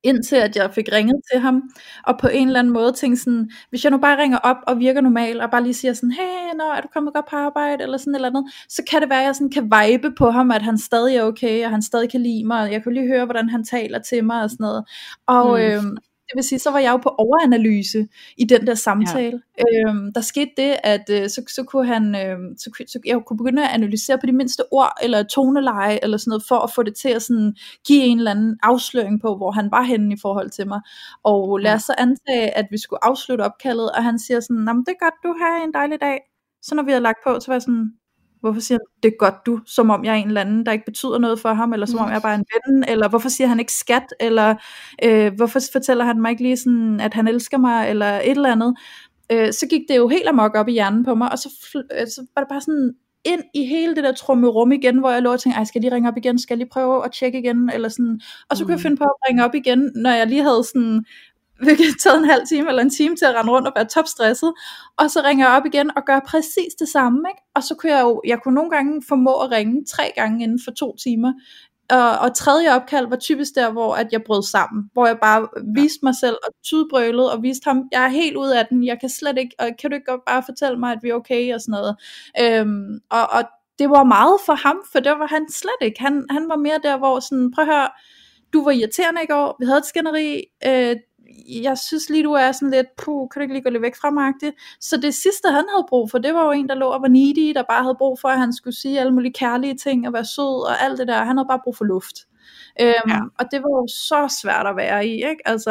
indtil at jeg fik ringet til ham, og på en eller anden måde tænkte sådan, hvis jeg nu bare ringer op og virker normal, og bare lige siger sådan, hey, nå, er du kommet godt på arbejde, eller sådan eller andet, så kan det være, at jeg sådan kan vibe på ham, at han stadig er okay, og han stadig kan lide mig, og jeg kan lige høre, hvordan han taler til mig, og sådan noget, og mm. øhm, det vil sige, så var jeg jo på overanalyse i den der samtale. Ja. Øhm, der skete det, at øh, så, så kunne han, øh, så, så jeg kunne begynde at analysere på de mindste ord, eller toneleje, eller sådan noget, for at få det til at sådan, give en eller anden afsløring på, hvor han var henne i forhold til mig. Og lad os så antage, at vi skulle afslutte opkaldet, og han siger sådan, det er godt, du har en dejlig dag. Så når vi har lagt på, så var jeg sådan, hvorfor siger han, det er godt du, som om jeg er en eller anden, der ikke betyder noget for ham, eller som om jeg bare er en ven, eller hvorfor siger han ikke skat, eller øh, hvorfor fortæller han mig ikke lige sådan, at han elsker mig, eller et eller andet. Øh, så gik det jo helt amok op i hjernen på mig, og så, øh, så var det bare sådan ind i hele det der trummerum igen, hvor jeg lå og tænkte, ej, skal jeg lige ringe op igen, skal jeg lige prøve at tjekke igen, eller sådan, og så kunne mm. jeg finde på at ringe op igen, når jeg lige havde sådan, hvilket taget en halv time eller en time til at rende rundt og være topstresset, og så ringer jeg op igen og gør præcis det samme, ikke? Og så kunne jeg jo, jeg kunne nogle gange formå at ringe tre gange inden for to timer, og, og tredje opkald var typisk der, hvor at jeg brød sammen, hvor jeg bare viste mig selv og tudbrølede og viste ham, jeg er helt ude af den, jeg kan slet ikke, og kan du ikke godt bare fortælle mig, at vi er okay og sådan noget, øhm, og, og det var meget for ham, for det var han slet ikke, han, han var mere der, hvor sådan, prøv at høre, du var irriterende i går, vi havde et skænderi, øh, jeg synes lige du er sådan lidt, puh, kan du ikke lige gå lidt væk fra mig? Så det sidste han havde brug for, det var jo en der lå og var needy, der bare havde brug for at han skulle sige alle mulige kærlige ting og være sød og alt det der, han havde bare brug for luft, øhm, ja. Og det var jo så svært at være i, ikke? Altså,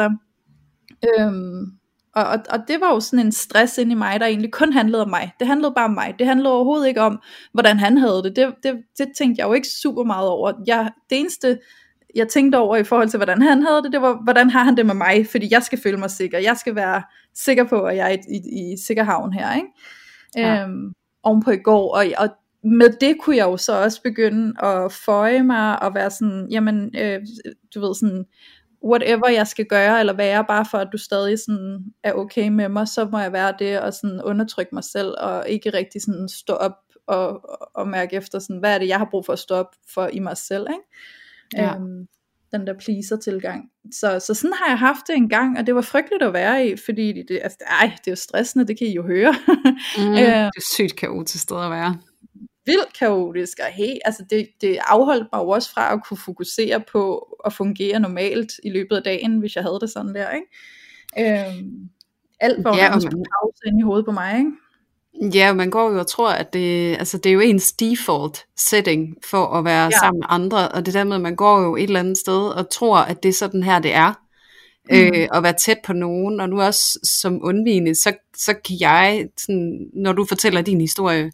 øhm, og, og, og det var jo sådan en stress inde i mig, der egentlig kun handlede om mig, det handlede bare om mig, det handlede overhovedet ikke om hvordan han havde det, det, det, det tænkte jeg jo ikke super meget over, jeg, det eneste jeg tænkte over i forhold til, hvordan han havde det, det var, hvordan har han det med mig, fordi jeg skal føle mig sikker, jeg skal være sikker på, at jeg er i, i, i sikker havn her, ikke? Ja. Øhm, ovenpå i går, og, og med det kunne jeg jo så også begynde at føje mig, og være sådan, jamen, øh, du ved sådan, whatever jeg skal gøre, eller være, bare for at du stadig sådan er okay med mig, så må jeg være det, og sådan undertrykke mig selv, og ikke rigtig sådan stå op, og, og, og mærke efter sådan, hvad er det, jeg har brug for at stå op for i mig selv, ikke? Ja. Øhm, den der pleaser tilgang, så, så sådan har jeg haft det en gang, og det var frygteligt at være i, fordi det, altså, ej, det er jo stressende, det kan I jo høre. mm, øh, det er sygt kaotisk sted at være, vildt kaotisk, og helt, altså det, det afholdt mig jo også fra at kunne fokusere på at fungere normalt i løbet af dagen, hvis jeg havde det sådan der, ikke? Øhm, alt var jo ja, nærmest på pause inde i hovedet på mig, ikke? Ja, man går jo og tror, at det, altså det er jo ens default setting for at være ja. sammen med andre, og det der med, at man går jo et eller andet sted og tror, at det er sådan her, det er, mm. øh, at være tæt på nogen, og nu også som undvigende, så, så kan jeg, sådan, når du fortæller din historie,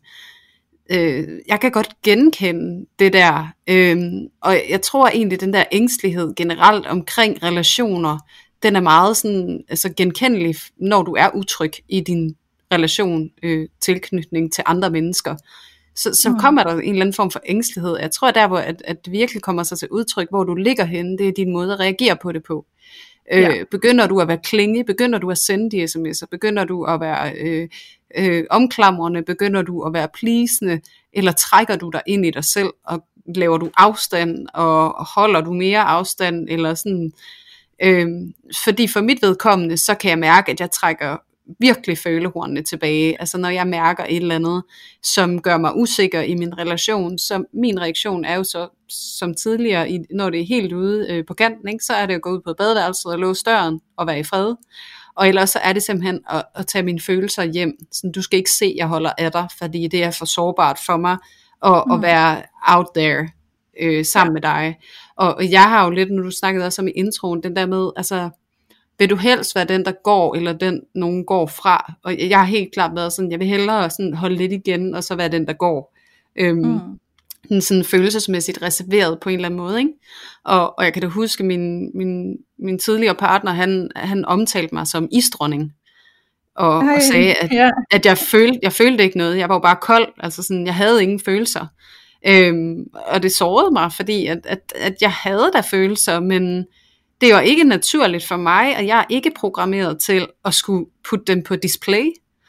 øh, jeg kan godt genkende det der, øh, og jeg tror egentlig, den der ængstelighed generelt omkring relationer, den er meget sådan, altså genkendelig, når du er utryg i din relation, øh, tilknytning til andre mennesker, så, så mm. kommer der en eller anden form for ængstelighed. Jeg tror der, hvor at, at det virkelig kommer sig til udtryk, hvor du ligger henne, det er din måde at reagere på det på. Øh, ja. Begynder du at være klinge, begynder du at sende de sms'er, begynder du at være øh, øh, omklamrende, begynder du at være pleasende, eller trækker du dig ind i dig selv, og laver du afstand, og holder du mere afstand, eller sådan, øh, fordi for mit vedkommende, så kan jeg mærke, at jeg trækker virkelig følehornene tilbage, altså når jeg mærker et eller andet, som gør mig usikker i min relation, så min reaktion er jo så, som tidligere, når det er helt ude øh, på kanten, ikke, så er det at gå ud på badeværelset og låse døren og være i fred, og ellers så er det simpelthen at, at tage mine følelser hjem, sådan, du skal ikke se, jeg holder af dig, fordi det er for sårbart for mig, at, mm. at være out there, øh, sammen ja. med dig, og, og jeg har jo lidt, når du snakkede også om i introen, den der med, altså, vil du helst være den, der går, eller den, nogen går fra? Og jeg har helt klart været sådan, jeg vil hellere sådan holde lidt igen, og så være den, der går. Øhm, mm. Sådan følelsesmæssigt reserveret på en eller anden måde, ikke? Og, og jeg kan da huske, min, min, min tidligere partner, han, han omtalte mig som isdronning. Og, og sagde, at, ja. at jeg, følte, jeg følte ikke noget. Jeg var jo bare kold, altså sådan, jeg havde ingen følelser. Øhm, og det sårede mig, fordi at, at, at jeg havde da følelser, men det var ikke naturligt for mig, og jeg er ikke programmeret til at skulle putte dem på display.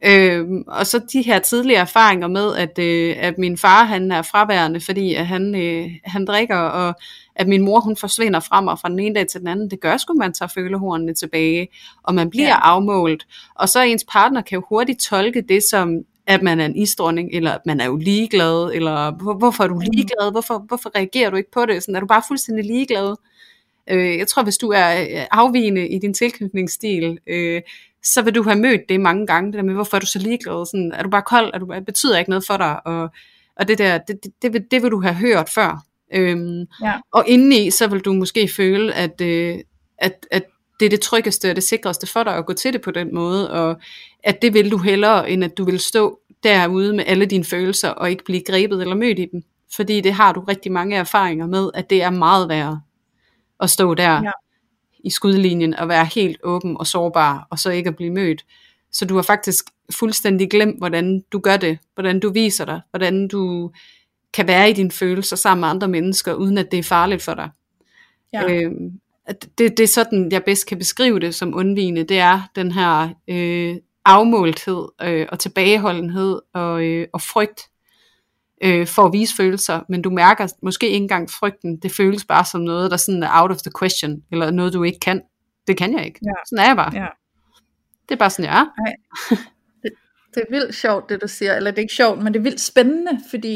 Øhm, og så de her tidligere erfaringer med, at, øh, at min far han er fraværende, fordi at han, øh, han drikker, og at min mor hun forsvinder fra mig fra den ene dag til den anden, det gør sgu, man tager følehornene tilbage, og man bliver ja. afmålt. Og så ens partner kan jo hurtigt tolke det som, at man er en isdronning, eller at man er jo ligeglad, eller hvor, hvorfor er du ligeglad, hvorfor, hvorfor reagerer du ikke på det, sådan er du bare fuldstændig ligeglad. Øh, jeg tror, hvis du er afvigende i din tilknytningsstil, øh, så vil du have mødt det mange gange, det der med, hvorfor er du så ligeglad, sådan, er du bare kold, er du, betyder ikke noget for dig, og, og det der, det, det, det, vil, det vil du have hørt før. Øhm, ja. Og indeni, så vil du måske føle, at, øh, at, at det er det tryggeste og det sikreste for dig at gå til det på den måde, og at det vil du hellere, end at du vil stå derude med alle dine følelser, og ikke blive grebet eller mødt i dem. Fordi det har du rigtig mange erfaringer med, at det er meget værre at stå der ja. i skudlinjen, og være helt åben og sårbar, og så ikke at blive mødt. Så du har faktisk fuldstændig glemt, hvordan du gør det, hvordan du viser dig, hvordan du kan være i dine følelser sammen med andre mennesker, uden at det er farligt for dig. Ja. Øhm, det, det er sådan, jeg bedst kan beskrive det som undvigende, det er den her øh, afmålthed øh, og tilbageholdenhed og, øh, og frygt øh, for at vise følelser, men du mærker måske ikke engang frygten, det føles bare som noget, der sådan er out of the question, eller noget du ikke kan. Det kan jeg ikke. Ja. Sådan er jeg bare. Ja. Det er bare sådan, jeg er. Nej. Det, det er vildt sjovt, det du siger, eller det er ikke sjovt, men det er vildt spændende, fordi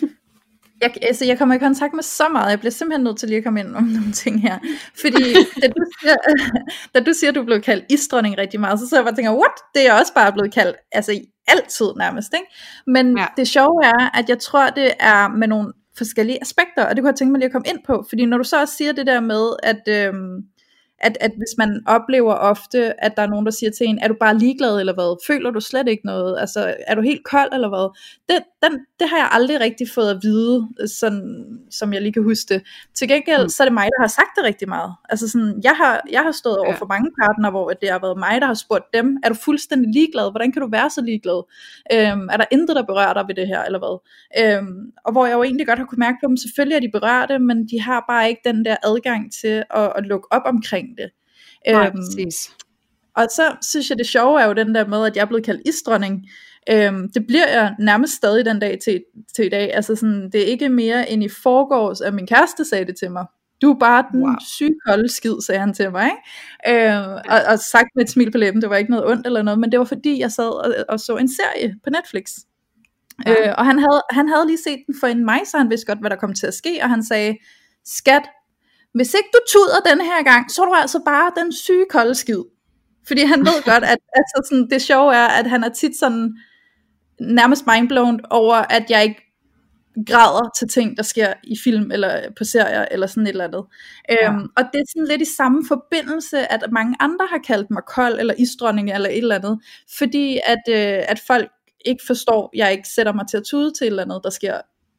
jeg, altså, jeg kommer i kontakt med så meget, jeg bliver simpelthen nødt til lige at komme ind om nogle ting her, fordi da du siger, da du siger, at du blev kaldt isdronning rigtig meget, så sidder jeg bare og tænker, what? Det er jeg også bare blevet kaldt, altså altid nærmest, ikke? Men ja. Det sjove er, at jeg tror, det er med nogle forskellige aspekter, og det kunne jeg tænke mig lige at komme ind på, fordi når du så også siger det der med, at øhm, At, at hvis man oplever ofte, at der er nogen, der siger til en, er du bare ligeglad eller hvad? Føler du slet ikke noget? Altså, er du helt kold eller hvad? Det, den, det har jeg aldrig rigtig fået at vide, sådan, som jeg lige kan huske det. Til gengæld, mm. så er det mig, der har sagt det rigtig meget. Altså sådan, jeg har, jeg har stået over for mange partner, hvor det har været mig, der har spurgt dem, er du fuldstændig ligeglad? Hvordan kan du være så ligeglad? Øhm, er der intet, der berører dig ved det her, eller hvad? Øhm, og hvor jeg jo egentlig godt har kunne mærke på dem, selvfølgelig er de berørte, men de har bare ikke den der adgang til at, at lukke op omkring det. Nej, øhm, præcis. Og så synes jeg det sjove er jo den der med, at jeg er blevet kaldt isdronning. øhm, Det bliver jeg nærmest stadig den dag til, til i dag. Altså sådan, det er ikke mere end i forgårs, at min kæreste sagde det til mig. Du er bare den wow. syge kolde skid, sagde han til mig, ikke? Øhm, og, og sagt med et smil på læben, det var ikke noget ondt eller noget, men det var fordi jeg sad og, og så en serie på Netflix. Ja. øh, Og han havde, han havde lige set den for en mig, så han vidste godt hvad der kom til at ske. Og han sagde, skat, hvis ikke du tuder den her gang, så er du altså bare den syge kolde skid. Fordi han ved godt, at altså sådan, det sjove er, at han er tit sådan nærmest mindblown over, at jeg ikke græder til ting, der sker i film eller på serier eller sådan et eller andet. Ja. Øhm, og det er sådan lidt i samme forbindelse, at mange andre har kaldt mig kold eller isdronning eller et eller andet, fordi at, øh, at folk ikke forstår, at jeg ikke sætter mig til at tude til et eller andet, der sker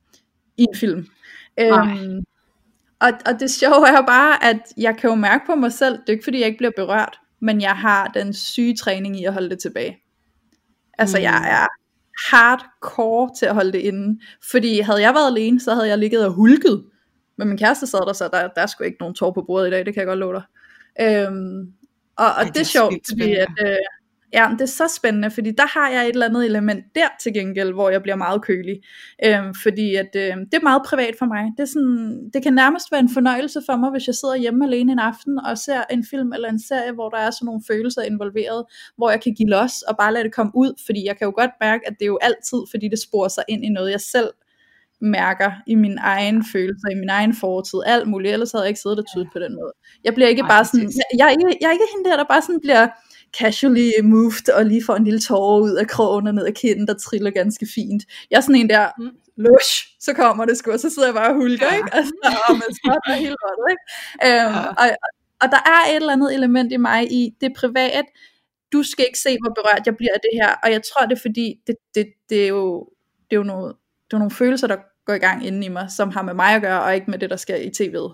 i en film. Øhm, Og, og det sjove er bare, at jeg kan jo mærke på mig selv, det er ikke fordi jeg ikke bliver berørt, men jeg har den syge træning i at holde det tilbage. Altså mm. jeg er hardcore til at holde det inde, fordi havde jeg været alene, så havde jeg ligget og hulket, men min kæreste sad der, så der, der er sgu ikke nogen tår på bordet i dag, det kan jeg godt love dig. Øhm, og og Ej, det, det er sjovt, fordi at, øh, ja, det er så spændende, fordi der har jeg et eller andet element der til gengæld, hvor jeg bliver meget kølig, øhm, fordi at, øh, det er meget privat for mig. Det, er sådan, det kan nærmest være en fornøjelse for mig, hvis jeg sidder hjemme alene en aften og ser en film eller en serie, hvor der er sådan nogle følelser involveret, hvor jeg kan give los og bare lade det komme ud, fordi jeg kan jo godt mærke, at det er jo altid, fordi det sporer sig ind i noget, jeg selv mærker i min egen følelser, i min egen fortid, alt muligt, ellers havde jeg ikke siddet og tydet på den måde. Jeg bliver ikke Ej, bare sådan, jeg, jeg, er ikke, jeg er ikke hende der, der bare sådan bliver casually moved, og lige får en lille tårer ud af krogen og ned af kinden, der triller ganske fint. Jeg er sådan en der, mm. lush, så kommer det sgu, og så sidder jeg bare og hulker, ja. ikke? Altså, og med spot og hele rådet, ikke? Øhm, ja. og, og der er et eller andet element i mig i, det er privat, du skal ikke se, hvor berørt jeg bliver af det her, og jeg tror, det er fordi, det, det, det, er, jo, det er jo noget, det er nogle følelser, der går i gang inden i mig, som har med mig at gøre, og ikke med det, der sker i tv'et.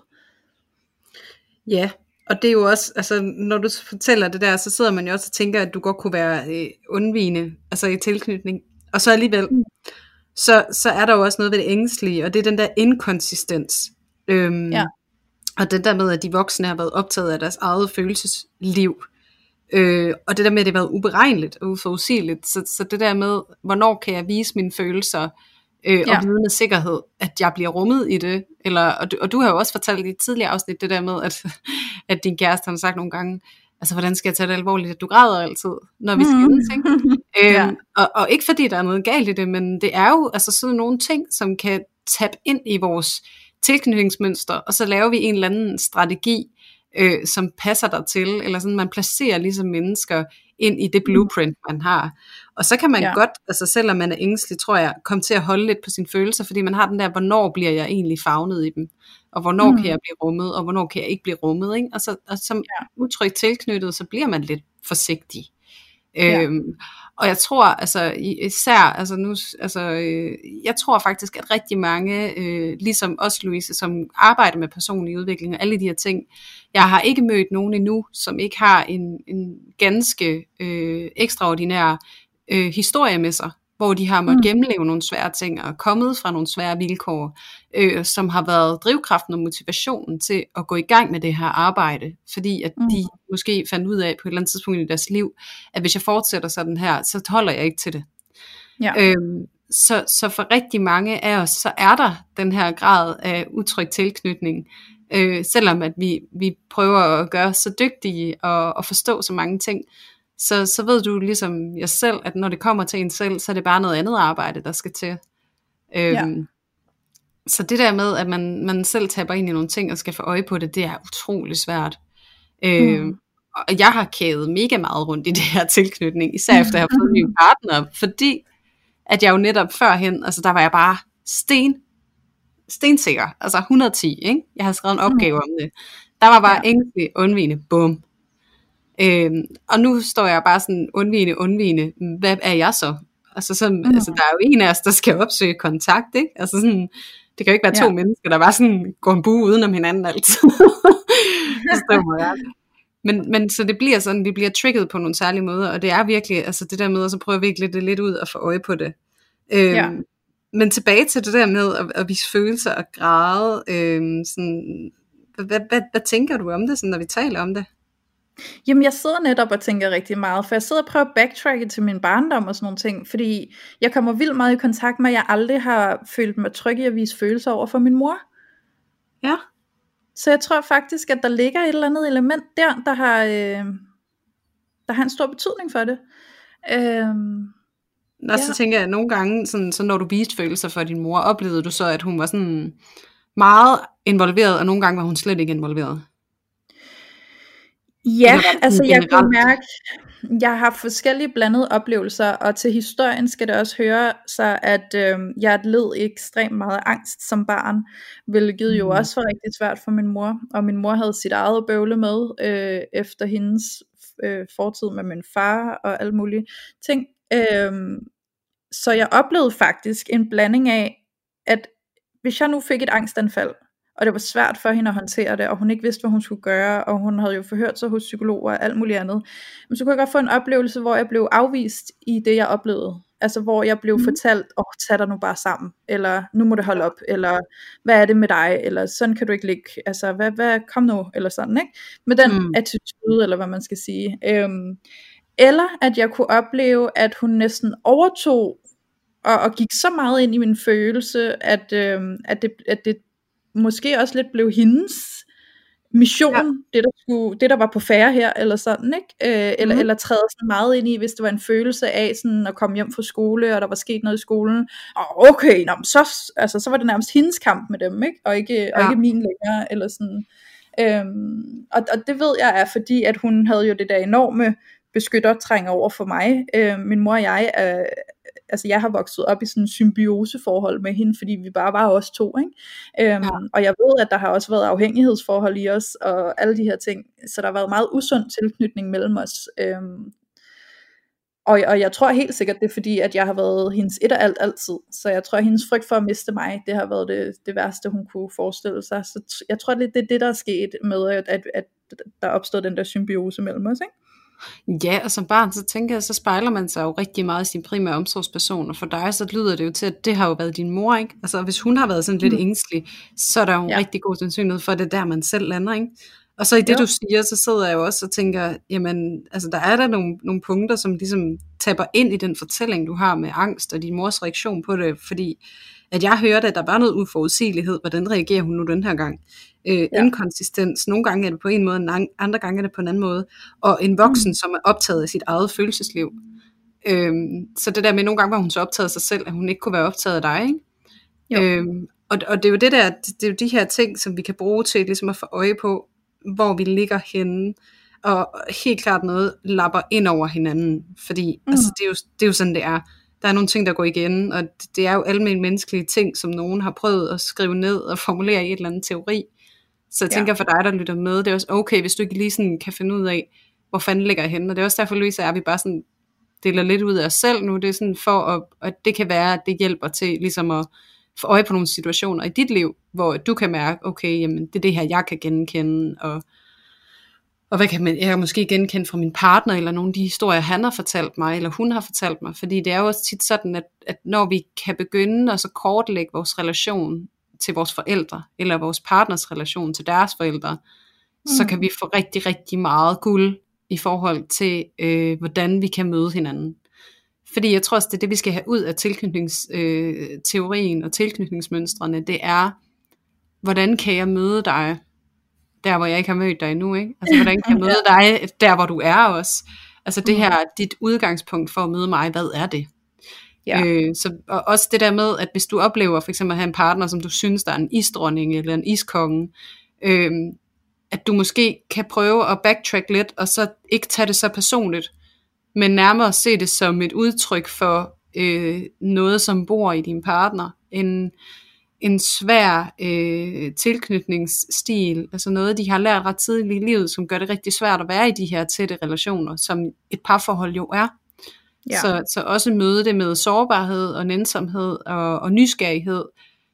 Ja, og det er jo også, altså når du fortæller det der, så sidder man jo også og tænker, at du godt kunne være øh, undvigende, altså i tilknytning, og så alligevel, mm. så, så er der jo også noget ved det ængstlige, og det er den der inkonsistens, øhm, ja. og det der med, at de voksne har været optaget af deres eget følelsesliv, Øh, og det der med, at det har været uberegneligt og uforudsigeligt, så, så det der med, hvornår kan jeg vise mine følelser, øh, Ja. og vide med sikkerhed, at jeg bliver rummet i det, eller, og, du, og du har jo også fortalt i et tidligere afsnit, det der med, at, at din kæreste har sagt nogle gange, altså hvordan skal jeg tage det alvorligt, at du græder altid, når vi skændes, ikke? Ja. øhm, og, og ikke fordi der er noget galt i det, men det er jo altså sådan nogle ting, som kan tabe ind i vores tilknytningsmønster, og så laver vi en eller anden strategi, øh, som passer der til, eller sådan, man placerer ligesom mennesker ind i det blueprint, man har. Og så kan man Ja. godt, altså selvom man er ængstelig, tror jeg, komme til at holde lidt på sine følelser, fordi man har den der, hvornår bliver jeg egentlig favnet i dem, og hvornår Mm. kan jeg blive rummet, og hvornår kan jeg ikke blive rummet, ikke? Og, så, og som Ja. utrygt tilknyttet, så bliver man lidt forsigtig. Ja. Øhm, og jeg tror altså især altså nu altså øh, jeg tror faktisk at rigtig mange øh, ligesom os, Louise, som arbejder med personlig udvikling og alle de her ting, jeg har ikke mødt nogen endnu som ikke har en, en ganske øh, ekstraordinær øh, historie med sig, hvor de har måttet Mm. gennemleve nogle svære ting og kommet fra nogle svære vilkår, øh, som har været drivkraften og motivationen til at gå i gang med det her arbejde, fordi at Mm. de måske fandt ud af på et eller andet tidspunkt i deres liv, at hvis jeg fortsætter sådan her, så holder jeg ikke til det. Ja. Øhm, så, så for rigtig mange af os, så er der den her grad af utryg tilknytning, øh, selvom at vi, vi prøver at gøre os så dygtige og, og forstå så mange ting, så, så ved du ligesom jeg selv, at når det kommer til en selv, så er det bare noget andet arbejde, der skal til. Øhm, Ja. Så det der med, at man, man selv taber ind i nogle ting og skal få øje på det, det er utrolig svært. Øhm, Mm. Og jeg har kædet mega meget rundt i det her tilknytning, især efter jeg har fået en ny partner, fordi at jeg jo netop førhen, altså der var jeg bare sten, stensikker, altså et hundrede og ti, ikke? Jeg havde skrevet en opgave om det. Der var bare Ja. ængstelig, undvigende, bum. Øhm, og nu står jeg bare sådan, undvigende, undvigende, hvad er jeg så? Altså, sådan, Mm. altså der er jo en af os, der skal opsøge kontakt, ikke? Altså sådan, det kan jo ikke være to Ja. mennesker, der bare sådan går en bue udenom hinanden altid. Forstår mig ret. Men, men så det bliver sådan, vi bliver trigget på nogle særlige måder, og det er virkelig, altså det der med, at så prøve at vikle det lidt ud og få øje på det. Øhm, Ja. Men tilbage til det der med at, at vise følelser og græde, øhm, sådan, hvad, hvad, hvad, hvad tænker du om det, sådan, når vi taler om det? Jamen jeg sidder netop og tænker rigtig meget, for jeg sidder og prøver at backtracke til min barndom og sådan nogle ting, fordi jeg kommer vildt meget i kontakt med, at jeg aldrig har følt mig tryg i at vise følelser over for min mor. Ja. Så jeg tror faktisk, at der ligger et eller andet element der, der har, øh, der har en stor betydning for det. Øhm, Og så Ja. tænker jeg, at nogle gange, sådan, så når du viste følelser for din mor, oplevede du så, at hun var sådan meget involveret, og nogle gange var hun slet ikke involveret? Ja, Eller var det altså sådan jeg kan generelt? mærke, jeg har haft forskellige blandede oplevelser, og til historien skal det også høre sig, at øh, jeg led ekstremt meget angst som barn, hvilket jo Mm. også var rigtig svært for min mor, og min mor havde sit eget bøvle med, øh, efter hendes øh, fortid med min far, og alle mulige ting. Øh, så jeg oplevede faktisk en blanding af, at hvis jeg nu fik et angstanfald, og det var svært for hende at håndtere det, og hun ikke vidste, hvad hun skulle gøre, og hun havde jo forhørt sig hos psykologer og alt muligt andet, men så kunne jeg godt få en oplevelse, hvor jeg blev afvist i det, jeg oplevede. Altså hvor jeg blev Mm. fortalt, åh, oh, tag dig nu bare sammen, eller nu må det holde op, eller hvad er det med dig, eller sådan kan du ikke ligge, altså hvad, hvad, kom nu, eller sådan, ikke? Med den Mm. attitude, eller hvad man skal sige. Øhm, eller at jeg kunne opleve, at hun næsten overtog, og, og gik så meget ind i min følelse, at, øhm, at, det, at det måske også lidt blev hendes mission, Ja. det, der skulle, det der var på færre her, eller sådan, ikke? Øh, eller, Mhm. eller træde sådan meget ind i, hvis det var en følelse af sådan at komme hjem fra skole, og der var sket noget i skolen, og okay, nå, men så, altså, så var det nærmest hendes kamp med dem, ikke? Og ikke, og Ja. ikke min længere, eller sådan. Øhm, og, og det ved jeg er fordi, at hun havde jo det der enorme beskyttertræng over for mig. Øh, min mor og jeg er, altså jeg har vokset op i sådan en symbioseforhold med hende, fordi vi bare var os to, ikke? Øhm, Ja. og jeg ved, at der har også været afhængighedsforhold i os, og alle de her ting, så der har været meget usund tilknytning mellem os. Øhm, og, og jeg tror helt sikkert, det er fordi, at jeg har været hendes et og alt altid, så jeg tror, at hendes frygt for at miste mig, det har været det, det værste, hun kunne forestille sig. Så t- jeg tror, det, det er det, der er sket med, at, at, at der er opstået den der symbiose mellem os, ikke? Ja, og som barn, så tænker jeg, så spejler man sig jo rigtig meget i sin primære omsorgsperson, og for dig, så lyder det jo til, at det har jo været din mor, ikke? Altså, hvis hun har været sådan lidt Mm. ængstelig, så er der jo en Ja. rigtig god sandsynlighed for, at det er der, man selv lander, ikke? Og så i det Jo. du siger, så sidder jeg jo også og tænker, jamen, altså der er der nogle, nogle punkter, som ligesom tapper ind i den fortælling, du har med angst og din mors reaktion på det, fordi at jeg hørte, at der var noget uforudsigelighed, hvordan reagerer hun nu den her gang? Øh, Ja. Inkonsistens, nogle gange er det på en måde, andre gange er det på en anden måde, og en voksen, mm. som er optaget af sit eget følelsesliv. Øhm, så det der med, nogle gange var hun så optaget af sig selv, at hun ikke kunne være optaget af dig, ikke? Øhm, og, og det er jo det der, det er jo de her ting, som vi kan bruge til ligesom at få øje på, hvor vi ligger henne, og helt klart noget lapper ind over hinanden, fordi mm. altså, det, er jo, det er jo sådan det er. Der er nogle ting, der går igen, og det er jo almindelige menneskelige ting, som nogen har prøvet at skrive ned og formulere i et eller andet teori. Så jeg ja. tænker for dig, der lytter med, det er også okay, hvis du ikke lige sådan kan finde ud af, hvor fanden ligger jeg henne, og det er også derfor, Louise, er vi bare sådan deler lidt ud af os selv nu, det er sådan for, at, at det kan være, at det hjælper til ligesom at få øje på nogle situationer i dit liv, hvor du kan mærke, okay, jamen, det er det her, jeg kan genkende, og, og hvad kan man, jeg kan måske genkende fra min partner, eller nogle af de historier, han har fortalt mig, eller hun har fortalt mig, fordi det er jo også tit sådan, at, at når vi kan begynde at så kortlægge vores relation til vores forældre, eller vores partners relation til deres forældre, mm. så kan vi få rigtig, rigtig meget guld i forhold til, øh, hvordan vi kan møde hinanden. Fordi jeg tror også, det er det, vi skal have ud af tilknytningsteorien øh, og tilknytningsmønstrene, det er, hvordan kan jeg møde dig, der hvor jeg ikke har mødt dig endnu, ikke? Altså, hvordan kan jeg møde dig, der hvor du er også? Altså det her, dit udgangspunkt for at møde mig, hvad er det? Ja. Øh, så, og også det der med, at hvis du oplever for eksempel at have en partner, som du synes, der er en isdronning eller en iskonge, øh, at du måske kan prøve at backtrack lidt, og så ikke tage det så personligt, men nærmere se det som et udtryk for øh, noget, som bor i din partner. En, en svær øh, tilknytningsstil, altså noget, de har lært ret tidligt i livet, som gør det rigtig svært at være i de her tætte relationer, som et parforhold jo er. Ja. Så, så også møde det med sårbarhed og nænsomhed og, og nysgerrighed.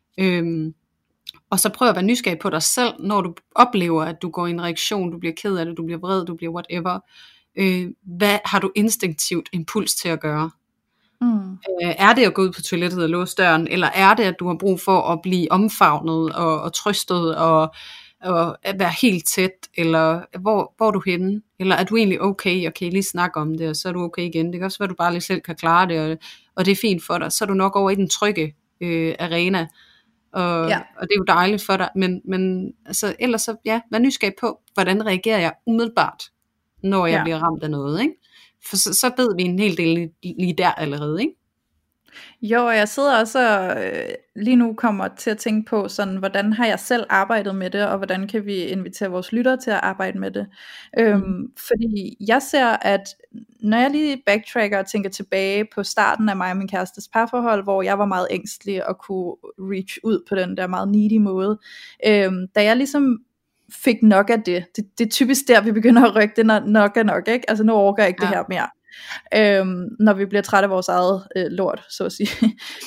Øhm, og så prøv at være nysgerrig på dig selv, når du oplever, at du går i en reaktion, du bliver ked af det, du bliver vred, du bliver whatever. Øh, hvad har du instinktivt impuls til at gøre? Mm. Øh, er det at gå ud på toilettet og låse døren, eller er det, at du har brug for at blive omfavnet og, og trøstet og, og at være helt tæt, eller hvor, hvor er du henne? Eller er du egentlig okay, og kan I lige snakke om det, og så er du okay igen? Det kan også være, at du bare lige selv kan klare det, og, og det er fint for dig. Så er du nok over i den trygge øh, arena, og, ja. og det er jo dejligt for dig, men, men altså, ellers så, ja, vær nysgerrig på, hvordan reagerer jeg umiddelbart, når jeg ja. bliver ramt af noget, ikke? For så, så ved vi en hel del lige der allerede, ikke? Jo, og jeg sidder også og øh, lige nu kommer til at tænke på, sådan, hvordan har jeg selv arbejdet med det, og hvordan kan vi invitere vores lyttere til at arbejde med det. Mm. Øhm, fordi jeg ser, at når jeg lige backtracker og tænker tilbage på starten af mig og min kærestes parforhold, hvor jeg var meget ængstelig og kunne reach ud på den der meget needy måde, øhm, da jeg ligesom fik nok af det. det, det er typisk der, vi begynder at rykke det, når nok er nok, ikke? Altså nu orker jeg ikke ja. det her mere. Øhm, når vi bliver trætte af vores eget øh, lort, så at sige.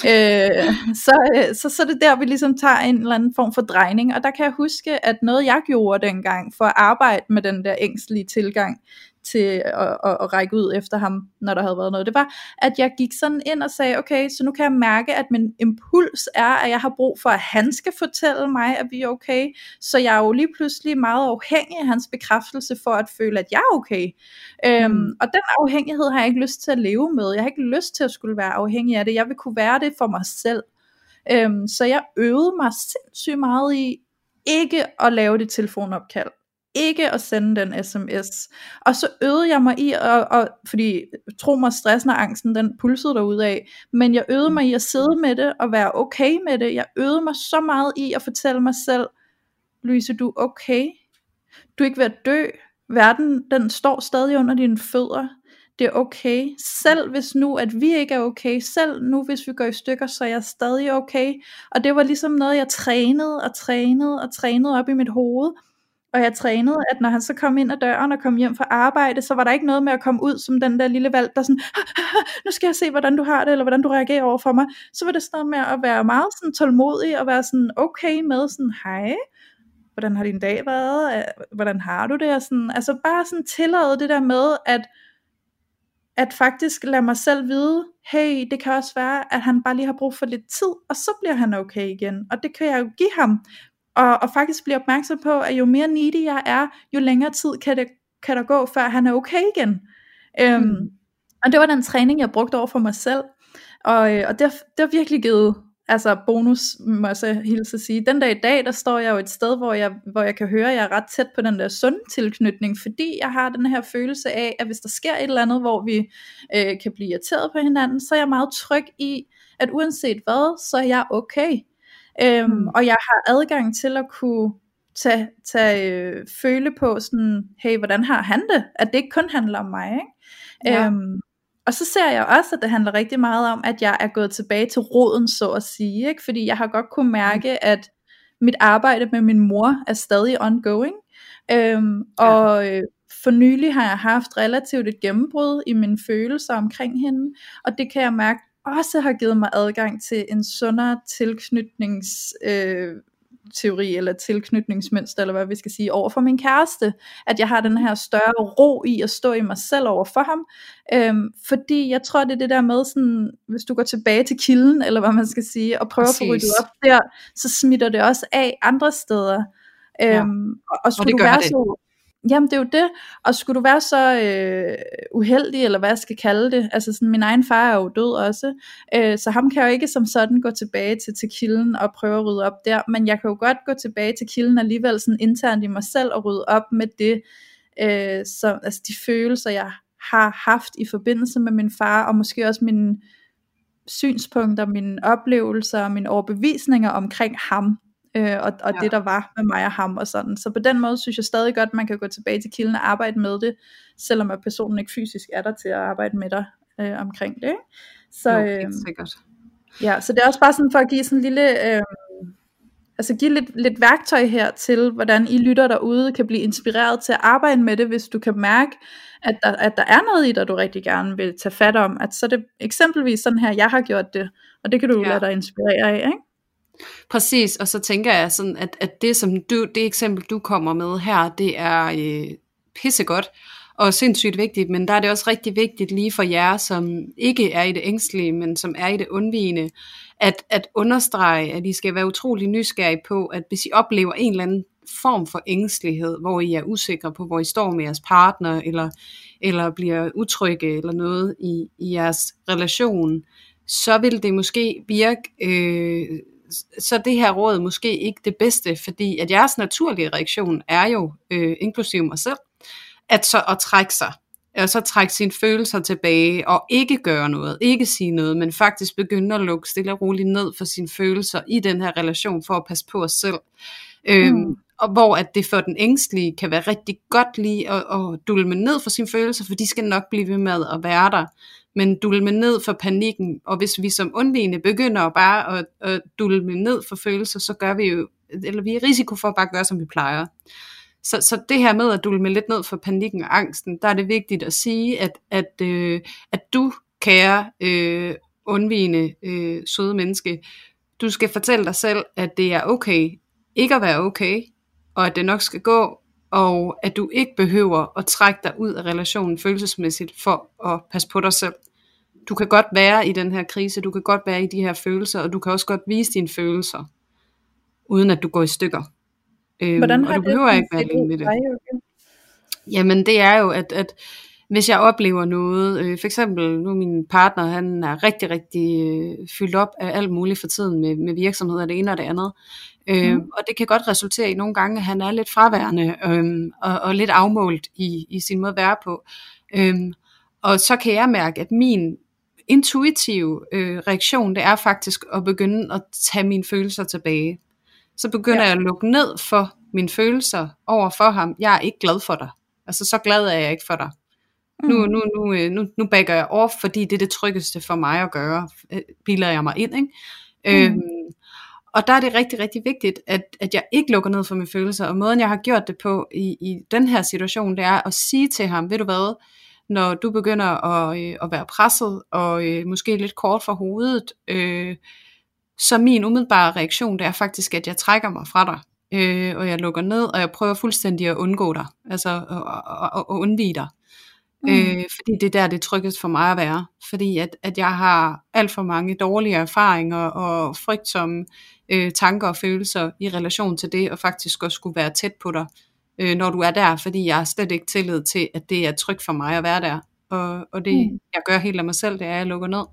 øh, så, øh, så, så er det der, vi ligesom tager en eller anden form for drejning, og der kan jeg huske, at noget jeg gjorde dengang, for at arbejde med den der ængstlige tilgang, til at, at, at række ud efter ham, når der havde været noget, det var, at jeg gik sådan ind og sagde, okay, så nu kan jeg mærke, at min impuls er, at jeg har brug for, at han skal fortælle mig, at vi er okay, så jeg er jo lige pludselig meget afhængig af hans bekræftelse, for at føle, at jeg er okay, mm. øhm, og den afhængighed har jeg ikke lyst til at leve med, jeg har ikke lyst til at skulle være afhængig af det, jeg vil kunne være det for mig selv, øhm, så jeg øvede mig sindssygt meget i, ikke at lave det telefonopkald, ikke at sende den sms, og så øvede jeg mig i, og, og, fordi tro mig, stressen og angsten, den pulsede derudad, men jeg øvede mig i at sidde med det, og være okay med det, jeg øvede mig så meget i at fortælle mig selv, Louise, du er okay, du er ikke ved at dø, verden, den står stadig under dine fødder, det er okay, selv hvis nu, at vi ikke er okay, selv nu, hvis vi går i stykker, så er jeg stadig okay, og det var ligesom noget, jeg trænede, og trænede, og trænede op i mit hoved, og jeg trænede, at når han så kom ind ad døren og kom hjem fra arbejde, så var der ikke noget med at komme ud som den der lille valg, der sådan, nu skal jeg se, hvordan du har det, eller hvordan du reagerer over for mig. Så var det sådan noget med at være meget sådan tålmodig, og være sådan okay med sådan, hej, hvordan har din dag været, hvordan har du det, og sådan, altså bare sådan tillade det der med, at, at faktisk lade mig selv vide, hey, det kan også være, at han bare lige har brug for lidt tid, og så bliver han okay igen, og det kan jeg jo give ham, og, og faktisk blive opmærksom på, at jo mere needy jeg er, jo længere tid kan, det, kan der gå, før han er okay igen. Øhm, Mm. og det var den træning, jeg brugte over for mig selv, og, øh, og det, det har virkelig givet altså bonus, må jeg så hilse at sige. Den dag i dag, der står jeg jo et sted, hvor jeg, hvor jeg kan høre, at jeg er ret tæt på den der sunde tilknytning, fordi jeg har den her følelse af, at hvis der sker et eller andet, hvor vi øh, kan blive irriteret på hinanden, så er jeg meget tryg i, at uanset hvad, så er jeg okay. Øhm, Mm. og jeg har adgang til at kunne tage, tage øh, føle på sådan, hey, hvordan har han det? At det ikke kun handler om mig, ikke? Ja. Øhm, og så ser jeg også, at det handler rigtig meget om, at jeg er gået tilbage til roden, så at sige, ikke? Fordi jeg har godt kunne mærke, at mit arbejde med min mor er stadig ongoing, øhm, og øh, for nylig har jeg haft relativt et gennembrud i mine følelser omkring hende, og det kan jeg mærke også har givet mig adgang til en sundere tilknytnings øh, teori eller tilknytningsmønster, eller hvad vi skal sige, over for min kæreste, at jeg har den her større ro i at stå i mig selv over for ham, øhm, fordi jeg tror, det er det der med sådan, hvis du går tilbage til kilden, eller hvad man skal sige, og prøver Præcis. at få ryddet op der, så smitter det også af andre steder, øhm, Ja. og, og skulle Og det du gør være det. så Jamen det er jo det, og skulle du være så øh, uheldig, eller hvad jeg skal kalde det, altså sådan, min egen far er jo død også, øh, så ham kan jeg jo ikke som sådan gå tilbage til, til kilden og prøve at rydde op der, men jeg kan jo godt gå tilbage til kilden alligevel sådan internt i mig selv og rydde op med det, øh, så, altså de følelser jeg har haft i forbindelse med min far, og måske også mine synspunkter, mine oplevelser, mine overbevisninger omkring ham, Øh, og, og Ja. det der var med mig og ham og sådan. Så på den måde synes jeg stadig godt, man kan gå tilbage til kilden og arbejde med det, selvom at personen ikke fysisk er der til at arbejde med dig øh, omkring det, ikke? Så, Jo, øh, helt sikkert. ja, så det er også bare sådan for at give sådan en lille øh, altså give lidt, lidt værktøj her til, hvordan I lytter derude kan blive inspireret til at arbejde med det, hvis du kan mærke, at der, at der er noget i dig, du rigtig gerne vil tage fat om, at så er det eksempelvis sådan her, jeg har gjort det, og det kan du jo Ja. lade dig inspirere af, ikke? Præcis, og så tænker jeg sådan, at, at det som du, det eksempel du kommer med her, det er øh, pissegodt og sindssygt vigtigt, men der er det også rigtig vigtigt lige for jer, som ikke er i det ængstlige, men som er i det undvigende, at, at understrege, at I skal være utrolig nysgerrige på, at hvis I oplever en eller anden form for ængstelighed, hvor I er usikre på, hvor I står med jeres partner, eller, eller bliver utrygge eller noget i, i jeres relation, så vil det måske virke... Øh, så det her råd måske ikke det bedste, fordi at jeres naturlige reaktion er jo, øh, inklusive mig selv, at så at trække sig, og så trække sine følelser tilbage, og ikke gøre noget, ikke sige noget, men faktisk begynde at lukke stille og roligt ned for sine følelser i den her relation, for at passe på os selv. Øhm, Mm. og hvor at det for den ængstlige kan være rigtig godt lige at, at dulme ned for sine følelser, for de skal nok blive ved med at være der, men dulme ned for panikken, og hvis vi som undvigende begynder bare at, at dulme ned for følelser, så gør vi jo, eller vi er i risiko for at bare gøre, som vi plejer. Så, så det her med at dulme lidt ned for panikken og angsten, der er det vigtigt at sige, at, at, øh, at du, kære øh, undvigende øh, søde menneske, du skal fortælle dig selv, at det er okay ikke at være okay, og at det nok skal gå, og at du ikke behøver at trække dig ud af relationen følelsesmæssigt for at passe på dig selv. Du kan godt være i den her krise, du kan godt være i de her følelser, og du kan også godt vise dine følelser, uden at du går i stykker. Hvordan Øhm, har og du det behøver ikke være set alene ud med det. for dig, Jørgen? Jamen det er jo, at, at hvis jeg oplever noget, øh, for eksempel nu min partner, han er rigtig, rigtig øh, fyldt op af alt muligt for tiden med, med virksomheder, det ene og det andet. Øh, Mm. og det kan godt resultere i nogle gange, at han er lidt fraværende øh, og, og lidt afmålt i, i sin måde at være på. Øh, og så kan jeg mærke, at min intuitive øh, reaktion, det er faktisk at begynde at tage mine følelser tilbage. Så begynder Ja. jeg at lukke ned for mine følelser over for ham. Jeg er ikke glad for dig. Altså så glad er jeg ikke for dig. Mm. Nu, nu, nu, øh, nu, nu backer jeg off, fordi det er det tryggeste for mig at gøre. Øh, Bilder jeg mig ind, ikke? Mm. Øhm, og der er det rigtig, rigtig vigtigt, at, at jeg ikke lukker ned for mine følelser. Og måden jeg har gjort det på i, i den her situation, det er at sige til ham, ved du hvad, når du begynder at, øh, at være presset, og øh, måske lidt kort for hovedet, øh, så min umiddelbare reaktion, det er faktisk, at jeg trækker mig fra dig. Øh, og jeg lukker ned, og jeg prøver fuldstændig at undgå dig. Altså at, at, at undvige dig. Mm. Øh, fordi det er der, det er tryggest for mig at være. Fordi at, at jeg har alt for mange dårlige erfaringer og frygtsomme øh, tanker og følelser i relation til det, og faktisk også skulle være tæt på dig, øh, når du er der, fordi jeg har slet ikke tillid til, at det er trygt for mig at være der, og, og det mm. jeg gør helt af mig selv, det er, at jeg lukker ned.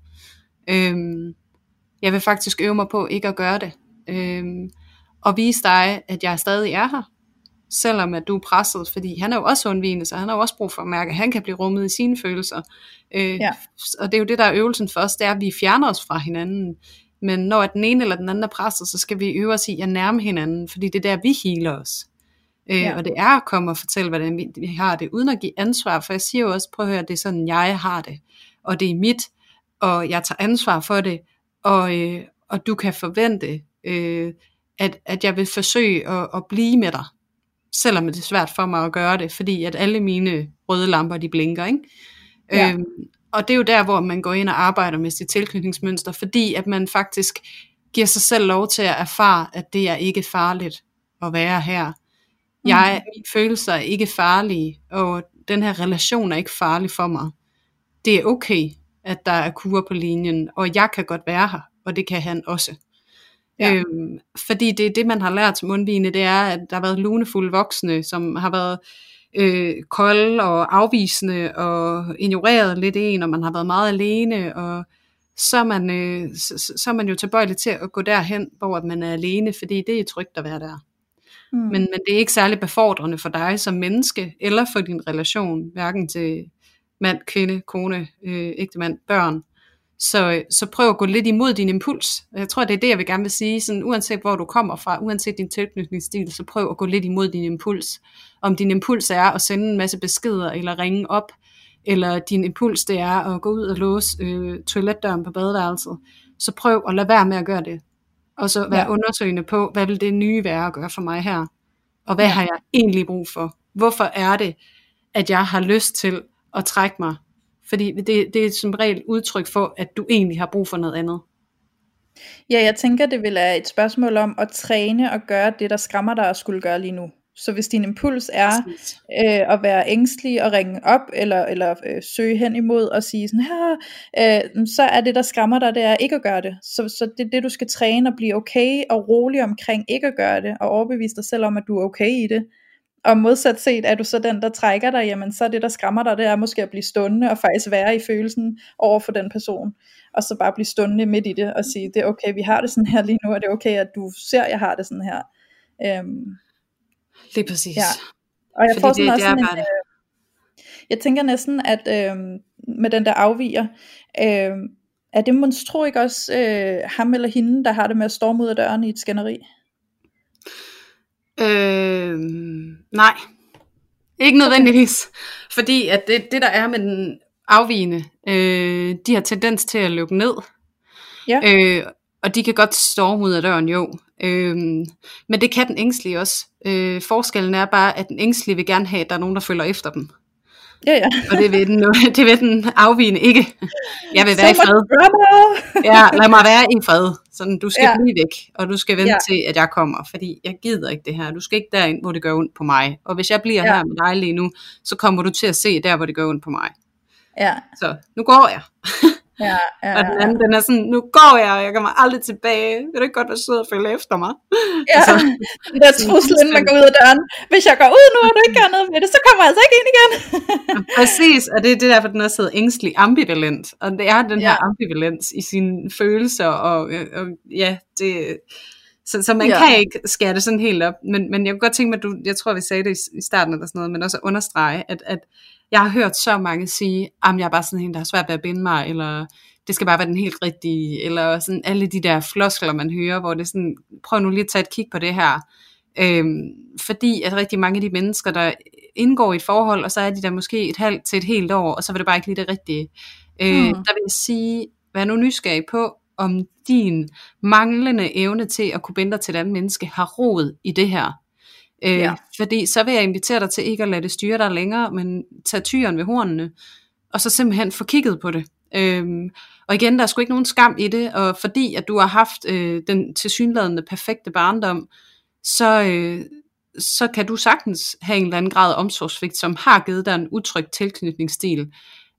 Øhm, jeg vil faktisk øve mig på ikke at gøre det, øhm, og vise dig, at jeg stadig er her, selvom at du er presset, fordi han er jo også undvigende, så han har jo også brug for at mærke, at han kan blive rummet i sine følelser, øh, ja. Og det er jo det, der er øvelsen for os, det er, at vi fjerner os fra hinanden, men når den ene eller den anden er presset, så skal vi øve os i at nærme hinanden, fordi det er der, vi healer os. Øh, ja. Og det er at komme og fortælle, hvordan vi har det, uden at give ansvar, for jeg siger jo også, prøv at høre, det er sådan, jeg har det, og det er mit, og jeg tager ansvar for det, og, øh, og du kan forvente, øh, at, at jeg vil forsøge at, at blive med dig, selvom det er svært for mig at gøre det, fordi at alle mine røde lamper, de blinker, ikke? Ja. Øhm, og det er jo der, hvor man går ind og arbejder med sit tilknytningsmønster, fordi at man faktisk giver sig selv lov til at erfare, at det er ikke farligt at være her. Jeg, mine følelser er ikke farlige, og den her relation er ikke farlig for mig. Det er okay, at der er kur på linjen, og jeg kan godt være her, og det kan han også. Ja. Øhm, fordi det er det, man har lært som undvigende, det er, at der har været lunefulde voksne, som har været øh, kolde og afvisende, og ignoreret lidt en, og man har været meget alene, og så er man, øh, så, så er man jo tilbøjelig til at gå derhen, hvor man er alene, fordi det er trygt at være der. Mm. Men, men det er ikke særlig befordrende for dig som menneske, eller for din relation, hverken til mand, kvinde, kone, øh, ægtemand, børn. Så, så prøv at gå lidt imod din impuls. Jeg tror, det er det, jeg vil gerne vil sige. Sådan, uanset hvor du kommer fra, uanset din tilknytningsstil, så prøv at gå lidt imod din impuls. Om din impuls er at sende en masse beskeder, eller ringe op, eller din impuls det er at gå ud og låse øh, toiletdøren på badeværelset, så prøv at lade være med at gøre det. Og så være ja. undersøgende på, hvad vil det nye være at gøre for mig her? Og hvad ja. har jeg egentlig brug for? Hvorfor er det, at jeg har lyst til at trække mig? Fordi det, det er som regel udtryk for, at du egentlig har brug for noget andet. Ja, jeg tænker, det vil være et spørgsmål om at træne og gøre det, der skræmmer dig at skulle gøre lige nu. Så hvis din impuls er øh, at være ængstelig og ringe op, eller, eller øh, søge hen imod og sige sådan her, øh, så er det, der skræmmer dig, det er ikke at gøre det. Så, så det er det, du skal træne og blive okay og rolig omkring ikke at gøre det, og overbevise dig selv om, at du er okay i det. Og modsat set, er du så den, der trækker dig, jamen så er det, der skræmmer dig, det er måske at blive stående og faktisk være i følelsen over for den person. Og så bare blive stående midt i det og sige, det er okay, vi har det sådan her lige nu, og det er okay, at du ser, at jeg har det sådan her. Øhm, Lige præcis. Ja. Og jeg Fordi får sådan det, også det sådan en, øh, jeg tænker næsten, at øh, med den der afviger, øh, er det monstro ikke også øh, ham eller hende, der har det med at storme ud af døren i et skænderi? Øh, nej, ikke nødvendigvis, fordi at det, det der er med den afvigende, øh, de har tendens til at lukke ned, ja. øh, og de kan godt storme ud af døren, jo, øh, men det kan den ængstlige også. Øh, forskellen er bare, at den ængstlige vil gerne have, at der er nogen, der følger efter dem. Ja, ja. Og det vil, den, det vil den afvigende ikke. Jeg vil være so i fred. Ja, lad mig være i fred. Sådan, du skal ja. blive væk, og du skal vente ja. til, at jeg kommer, fordi jeg gider ikke det her. Du skal ikke derind, hvor det gør ondt på mig. Og hvis jeg bliver ja. her med dig lige nu, så kommer du til at se der, hvor det gør ondt på mig. Ja. Så nu går jeg. Ja, ja, og den anden, den er sådan, nu går jeg, og jeg kommer aldrig tilbage. Vil du ikke godt være sød og følge efter mig? Ja, altså, det der truslen, man går ud af døren. Hvis jeg går ud nu, og du ikke gør noget ved det, så kommer jeg altså ikke ind igen. Ja, præcis, og det er det derfor, den også hedder ængstelig ambivalent. Og det er den her ja. ambivalens i sine følelser, og, og ja, det... Så, så man ja. kan ikke skære det sådan helt op. Men, men jeg kunne godt tænke mig, at du, jeg tror, vi sagde det i, i starten eller sådan noget, men også at understrege, at, at jeg har hørt så mange sige, at jeg er bare sådan en, der har svært ved at binde mig, eller det skal bare være den helt rigtige, eller sådan alle de der floskler, man hører, hvor det er sådan, prøv nu lige at tage et kig på det her. Øhm, fordi at rigtig mange af de mennesker, der indgår i et forhold, og så er de der måske et halvt til et helt år, og så vil det bare ikke lige det rigtige. Øh, hmm. Der vil jeg sige, vær nu nysgerrig på, om din manglende evne til at kunne binde dig til et andet menneske har rod i det her. Øh, ja. Fordi så vil jeg invitere dig til ikke at lade det styre dig længere, men tage tyren ved hornene, og så simpelthen få kigget på det. Øh, og igen, der er sgu ikke nogen skam i det, og fordi at du har haft øh, den tilsyneladende perfekte barndom, så, øh, så kan du sagtens have en eller anden grad af omsorgssvigt, som har givet dig en utryg tilknytningsstil.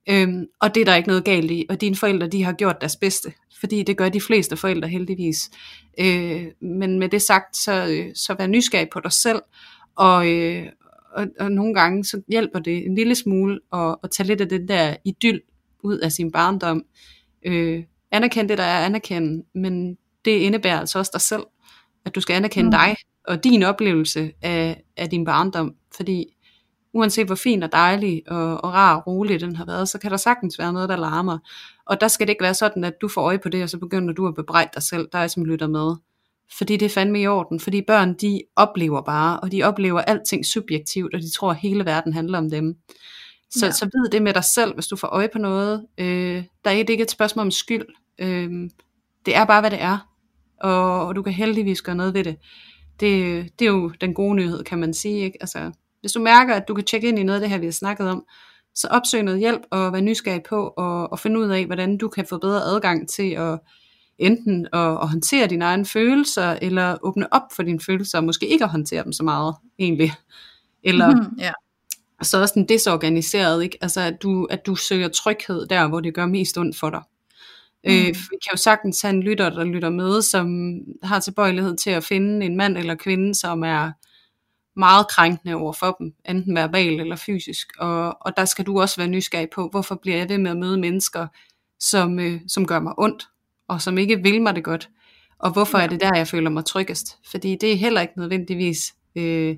Øhm, og det er der ikke noget galt i, og dine forældre, de har gjort deres bedste, fordi det gør de fleste forældre heldigvis. Øh, men med det sagt, så, øh, så vær nysgerrig på dig selv, og, øh, og, og nogle gange så hjælper det en lille smule at, at tage lidt af den der idyll ud af sin barndom. Øh, anerkend det, der er anerkendt, men det indebærer altså også dig selv, at du skal anerkende mm. dig, og din oplevelse af, af din barndom, fordi uanset hvor fin og dejlig og, og rar og rolig den har været, så kan der sagtens være noget, der larmer. Og der skal det ikke være sådan, at du får øje på det, og så begynder du at bebrejde dig selv, dig som lytter med. Fordi det er fandme i orden. Fordi børn, de oplever bare, og de oplever alting subjektivt, og de tror, at hele verden handler om dem. Så, ja. så vid det med dig selv, hvis du får øje på noget. Øh, der er ikke et spørgsmål om skyld. Øh, det er bare, hvad det er. Og, og du kan heldigvis gøre noget ved det. det. Det er jo den gode nyhed, kan man sige, ikke? Altså, hvis du mærker, at du kan tjekke ind i noget af det her, vi har snakket om, så opsøg noget hjælp og vær nysgerrig på og, og finde ud af, hvordan du kan få bedre adgang til at enten at, at håndtere dine egne følelser, eller åbne op for dine følelser, og måske ikke at håndtere dem så meget, egentlig. Eller mm-hmm, yeah. så også den desorganiseret, ikke? Altså at du, at du søger tryghed der, hvor det gør mest ondt for dig. Mm. Øh, vi kan jo sagtens have en lytter, der lytter med, som har tilbøjelighed til at finde en mand eller kvinde, som er meget krænkende over for dem, enten verbal eller fysisk, og, og der skal du også være nysgerrig på, hvorfor bliver jeg ved med at møde mennesker, som, øh, som gør mig ondt, og som ikke vil mig det godt, og hvorfor ja. er det der, jeg føler mig tryggest, fordi det er heller ikke nødvendigvis øh,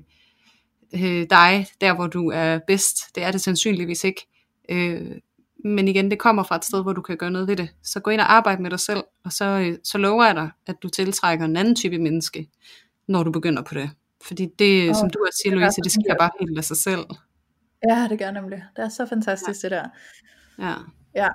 øh, dig, der hvor du er bedst, det er det sandsynligvis ikke, øh, men igen, det kommer fra et sted, hvor du kan gøre noget ved det, så gå ind og arbejde med dig selv, og så, øh, så lover jeg dig, at du tiltrækker en anden type menneske, når du begynder på det. Fordi det, oh, som du også siger, Louise, det sker bare helt af sig selv. Ja, det gør nemlig. Det er så fantastisk, ja. det der. Ja. Ja.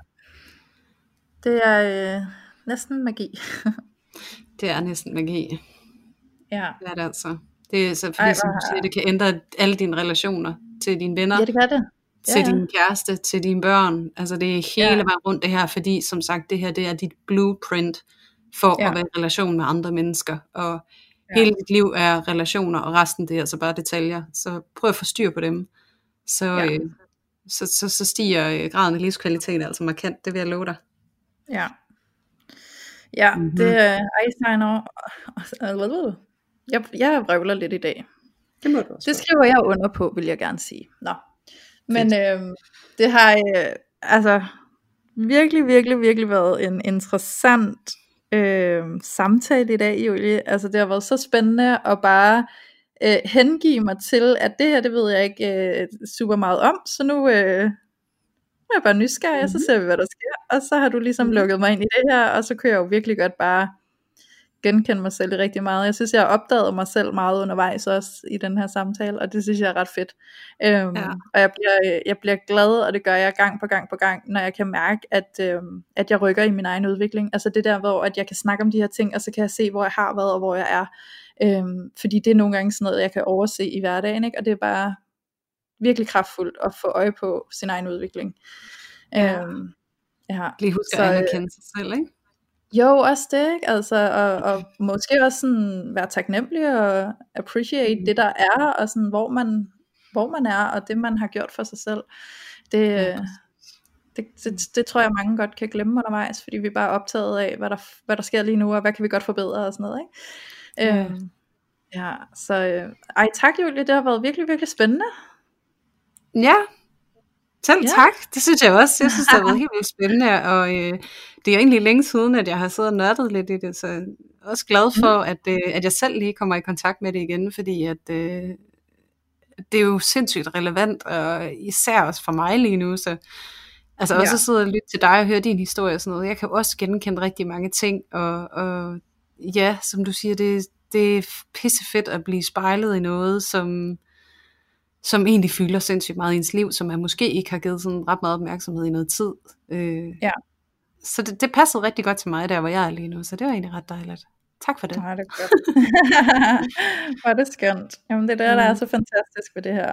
Det er øh, næsten magi. Det er næsten magi. Ja. Det er det altså. Det er så, fordi, Ej, som du siger, det kan ændre alle dine relationer til dine venner. Ja, det gør det. Ja, til ja. din kæreste, til dine børn. Altså det er hele ja. vejen rundt det her, fordi som sagt, det her, det er dit blueprint for ja. at være i relation med andre mennesker. Og ja. hele dit liv er relationer, og resten det er altså bare detaljer. Så prøv at få styr på dem. Så, ja. øh, så, så, så stiger øh, graden af livskvalitet altså markant, det vil jeg love dig. Ja. Ja, mm-hmm. det er Einstein og jeg, jeg vrøvler lidt i dag. Det må du også. Det skriver jeg under på, vil jeg gerne sige. Nå. Men øh, det har øh, altså virkelig, virkelig, virkelig været en interessant øh, samtale i dag, Julie. Altså det har været så spændende at bare øh, hengive mig til, at det her, det ved jeg ikke øh, super meget om, så nu, øh, nu er jeg bare nysgerrig, mm-hmm. og så ser vi, hvad der sker. Og så har du ligesom mm-hmm. lukket mig ind i det her, og så kan jeg jo virkelig godt bare genkende mig selv rigtig meget. Jeg synes, jeg har opdaget mig selv meget undervejs også i den her samtale, og det synes jeg er ret fedt. Øhm, ja. Og jeg bliver, jeg bliver glad, og det gør jeg gang på gang på gang, når jeg kan mærke, at, øhm, at jeg rykker i min egen udvikling. Altså det der, hvor at jeg kan snakke om de her ting, og så kan jeg se, hvor jeg har været, og hvor jeg er. Øhm, fordi det er nogle gange sådan noget, jeg kan overse i hverdagen, ikke? Og det er bare virkelig kraftfuldt at få øje på sin egen udvikling. Ja. Øhm, ja. Lige husk at anerkende sig selv, ikke? Jo, også det, ikke? Altså, og, og måske også sådan være taknemmelig og appreciate mm. det der er, og sådan hvor man, hvor man er, og det man har gjort for sig selv. Det, ja, det, det, det tror jeg mange godt kan glemme undervejs, fordi vi bare er optaget af, hvad der, hvad der sker lige nu, og hvad kan vi godt forbedre og sådan noget, ikke? Ja, øhm, ja så øh, ej tak Julie, det har været virkelig, virkelig spændende. Ja, selv ja. tak, det synes jeg også. Jeg synes det har været helt vildt spændende, og øh, det er egentlig længe siden, at jeg har siddet og nørdet lidt i det, så jeg er også glad for, mm. at, øh, at jeg selv lige kommer i kontakt med det igen, fordi at øh, det er jo sindssygt relevant, og især også for mig lige nu, så altså også ja. at sidde og lytte til dig og høre din historie og sådan noget, jeg kan også genkende rigtig mange ting, og, og ja, som du siger, det, det er pissefedt at blive spejlet i noget, som som egentlig fylder sindssygt meget i ens liv, som man måske ikke har givet sådan ret meget opmærksomhed i noget tid. Øh, ja. Så det, det passede rigtig godt til mig, der hvor jeg er lige nu, så det var egentlig ret dejligt. Tak for det. Ja, det er godt. Hvor er det skønt. Jamen det er der, der er så fantastisk ved det her.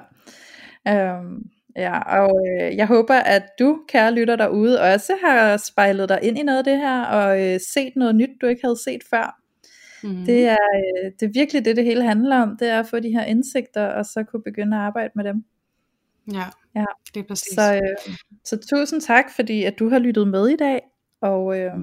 Um, ja, og øh, jeg håber, at du, kære lytter derude, også har spejlet dig ind i noget af det her, og øh, set noget nyt, du ikke havde set før. Mm. Det, er, øh, det er virkelig det, det hele handler om, det er at få de her indsigter, og så kunne begynde at arbejde med dem. Ja, Ja, det er præcis. Så, øh, så tusind tak, fordi at du har lyttet med i dag, og øh,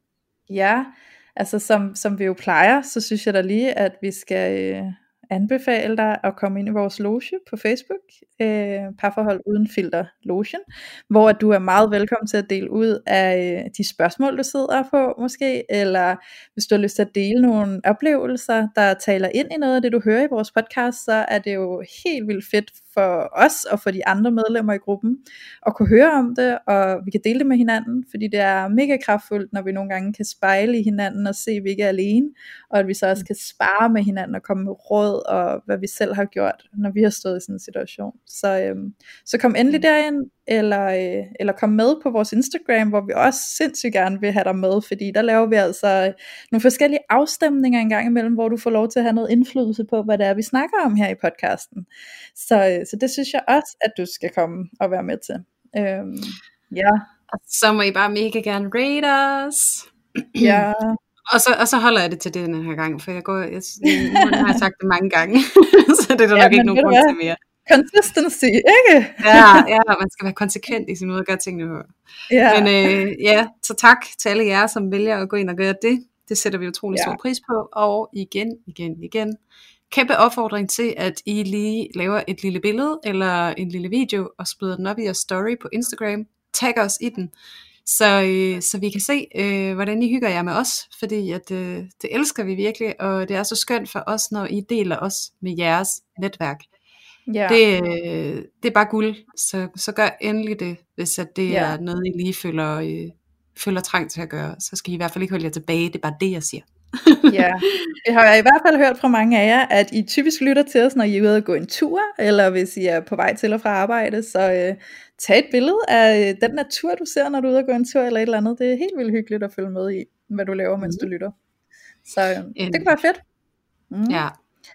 ja, altså som, som vi jo plejer, så synes jeg da lige, at vi skal øh, anbefale dig at komme ind i vores loge på Facebook, øh, Parforhold Uden Filter Logen, hvor du er meget velkommen til at dele ud af øh, de spørgsmål, du sidder på måske, eller hvis du har lyst til at dele nogle oplevelser, der taler ind i noget af det, du hører i vores podcast, så er det jo helt vildt fedt for os og for de andre medlemmer i gruppen at kunne høre om det, og vi kan dele det med hinanden, fordi det er mega kraftfuldt, når vi nogle gange kan spejle i hinanden og se, at vi ikke er alene, og at vi så også kan spare med hinanden og komme med råd og hvad vi selv har gjort, når vi har stået i sådan en situation. Så, øhm, så kom endelig derind, eller, øh, eller kom med på vores Instagram, hvor vi også sindssygt gerne vil have dig med, fordi der laver vi altså nogle forskellige afstemninger en gang imellem, hvor du får lov til at have noget indflydelse på, hvad det er, vi snakker om her i podcasten. Så, så det synes jeg også, at du skal komme og være med til. Øhm, ja. Og så må I bare mega gerne rate os. Ja. Og så, og så holder jeg det til den her gang, for jeg går, jeg, nu har jeg sagt det mange gange, så det er der ja, nok ikke nogen grund til mere. Consistency, ikke? ja, ja, man skal være konsekvent i sin måde at gøre tingene på. Ja. Men øh, ja, så tak til alle jer, som vælger at gå ind og gøre det. Det sætter vi utrolig ja. stor pris på. Og igen, igen, igen. Kæmpe opfordring til, at I lige laver et lille billede, eller en lille video, og smider den op i jeres story på Instagram. Tag os i den. Så, øh, så vi kan se, øh, hvordan I hygger jer med os, fordi at, øh, det elsker vi virkelig, og det er så skønt for os, når I deler os med jeres netværk. Yeah. Det, øh, det er bare guld, så, så gør endelig det, hvis at det yeah. er noget, I lige føler, øh, føler trang til at gøre, så skal I i hvert fald ikke holde jer tilbage, det er bare det, jeg siger. Ja, jeg har i hvert fald hørt fra mange af jer, at I typisk lytter til os, når I er ude at gå en tur, eller hvis I er på vej til og fra arbejde, så øh, tag et billede af den natur, du ser, når du er ude at gå en tur, eller et eller andet. Det er helt vildt hyggeligt at følge med i, hvad du laver, mens du lytter. Så øh, det kan være fedt. Mm. Ja.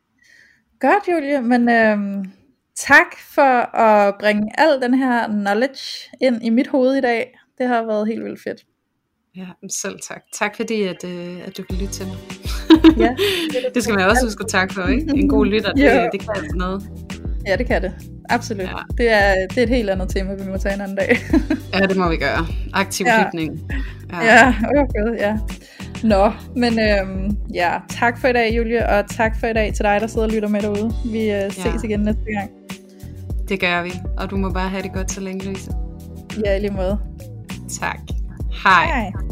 Godt, Julie, men øh, tak for at bringe al den her knowledge ind i mit hoved i dag. Det har været helt vildt fedt. Ja, selv tak. Tak fordi, at, øh, at du kan lytte til mig. Ja, det, det skal man også huske at takke for, ikke? En god lytter, det, det kan altså noget. Ja, det kan det. Absolut. Ja. Det, er, det er et helt andet tema, vi må tage en anden dag. Ja, det må vi gøre. Aktiv ja. lytning. Ja, ja okay, ja. Nå, men øhm, ja, tak for i dag, Julie, og tak for i dag til dig, der sidder og lytter med derude. Vi øh, ses ja. igen næste gang. Det gør vi, og du må bare have det godt så længe, Louise. Ja, i lige måde. Tak. Hej. Hej.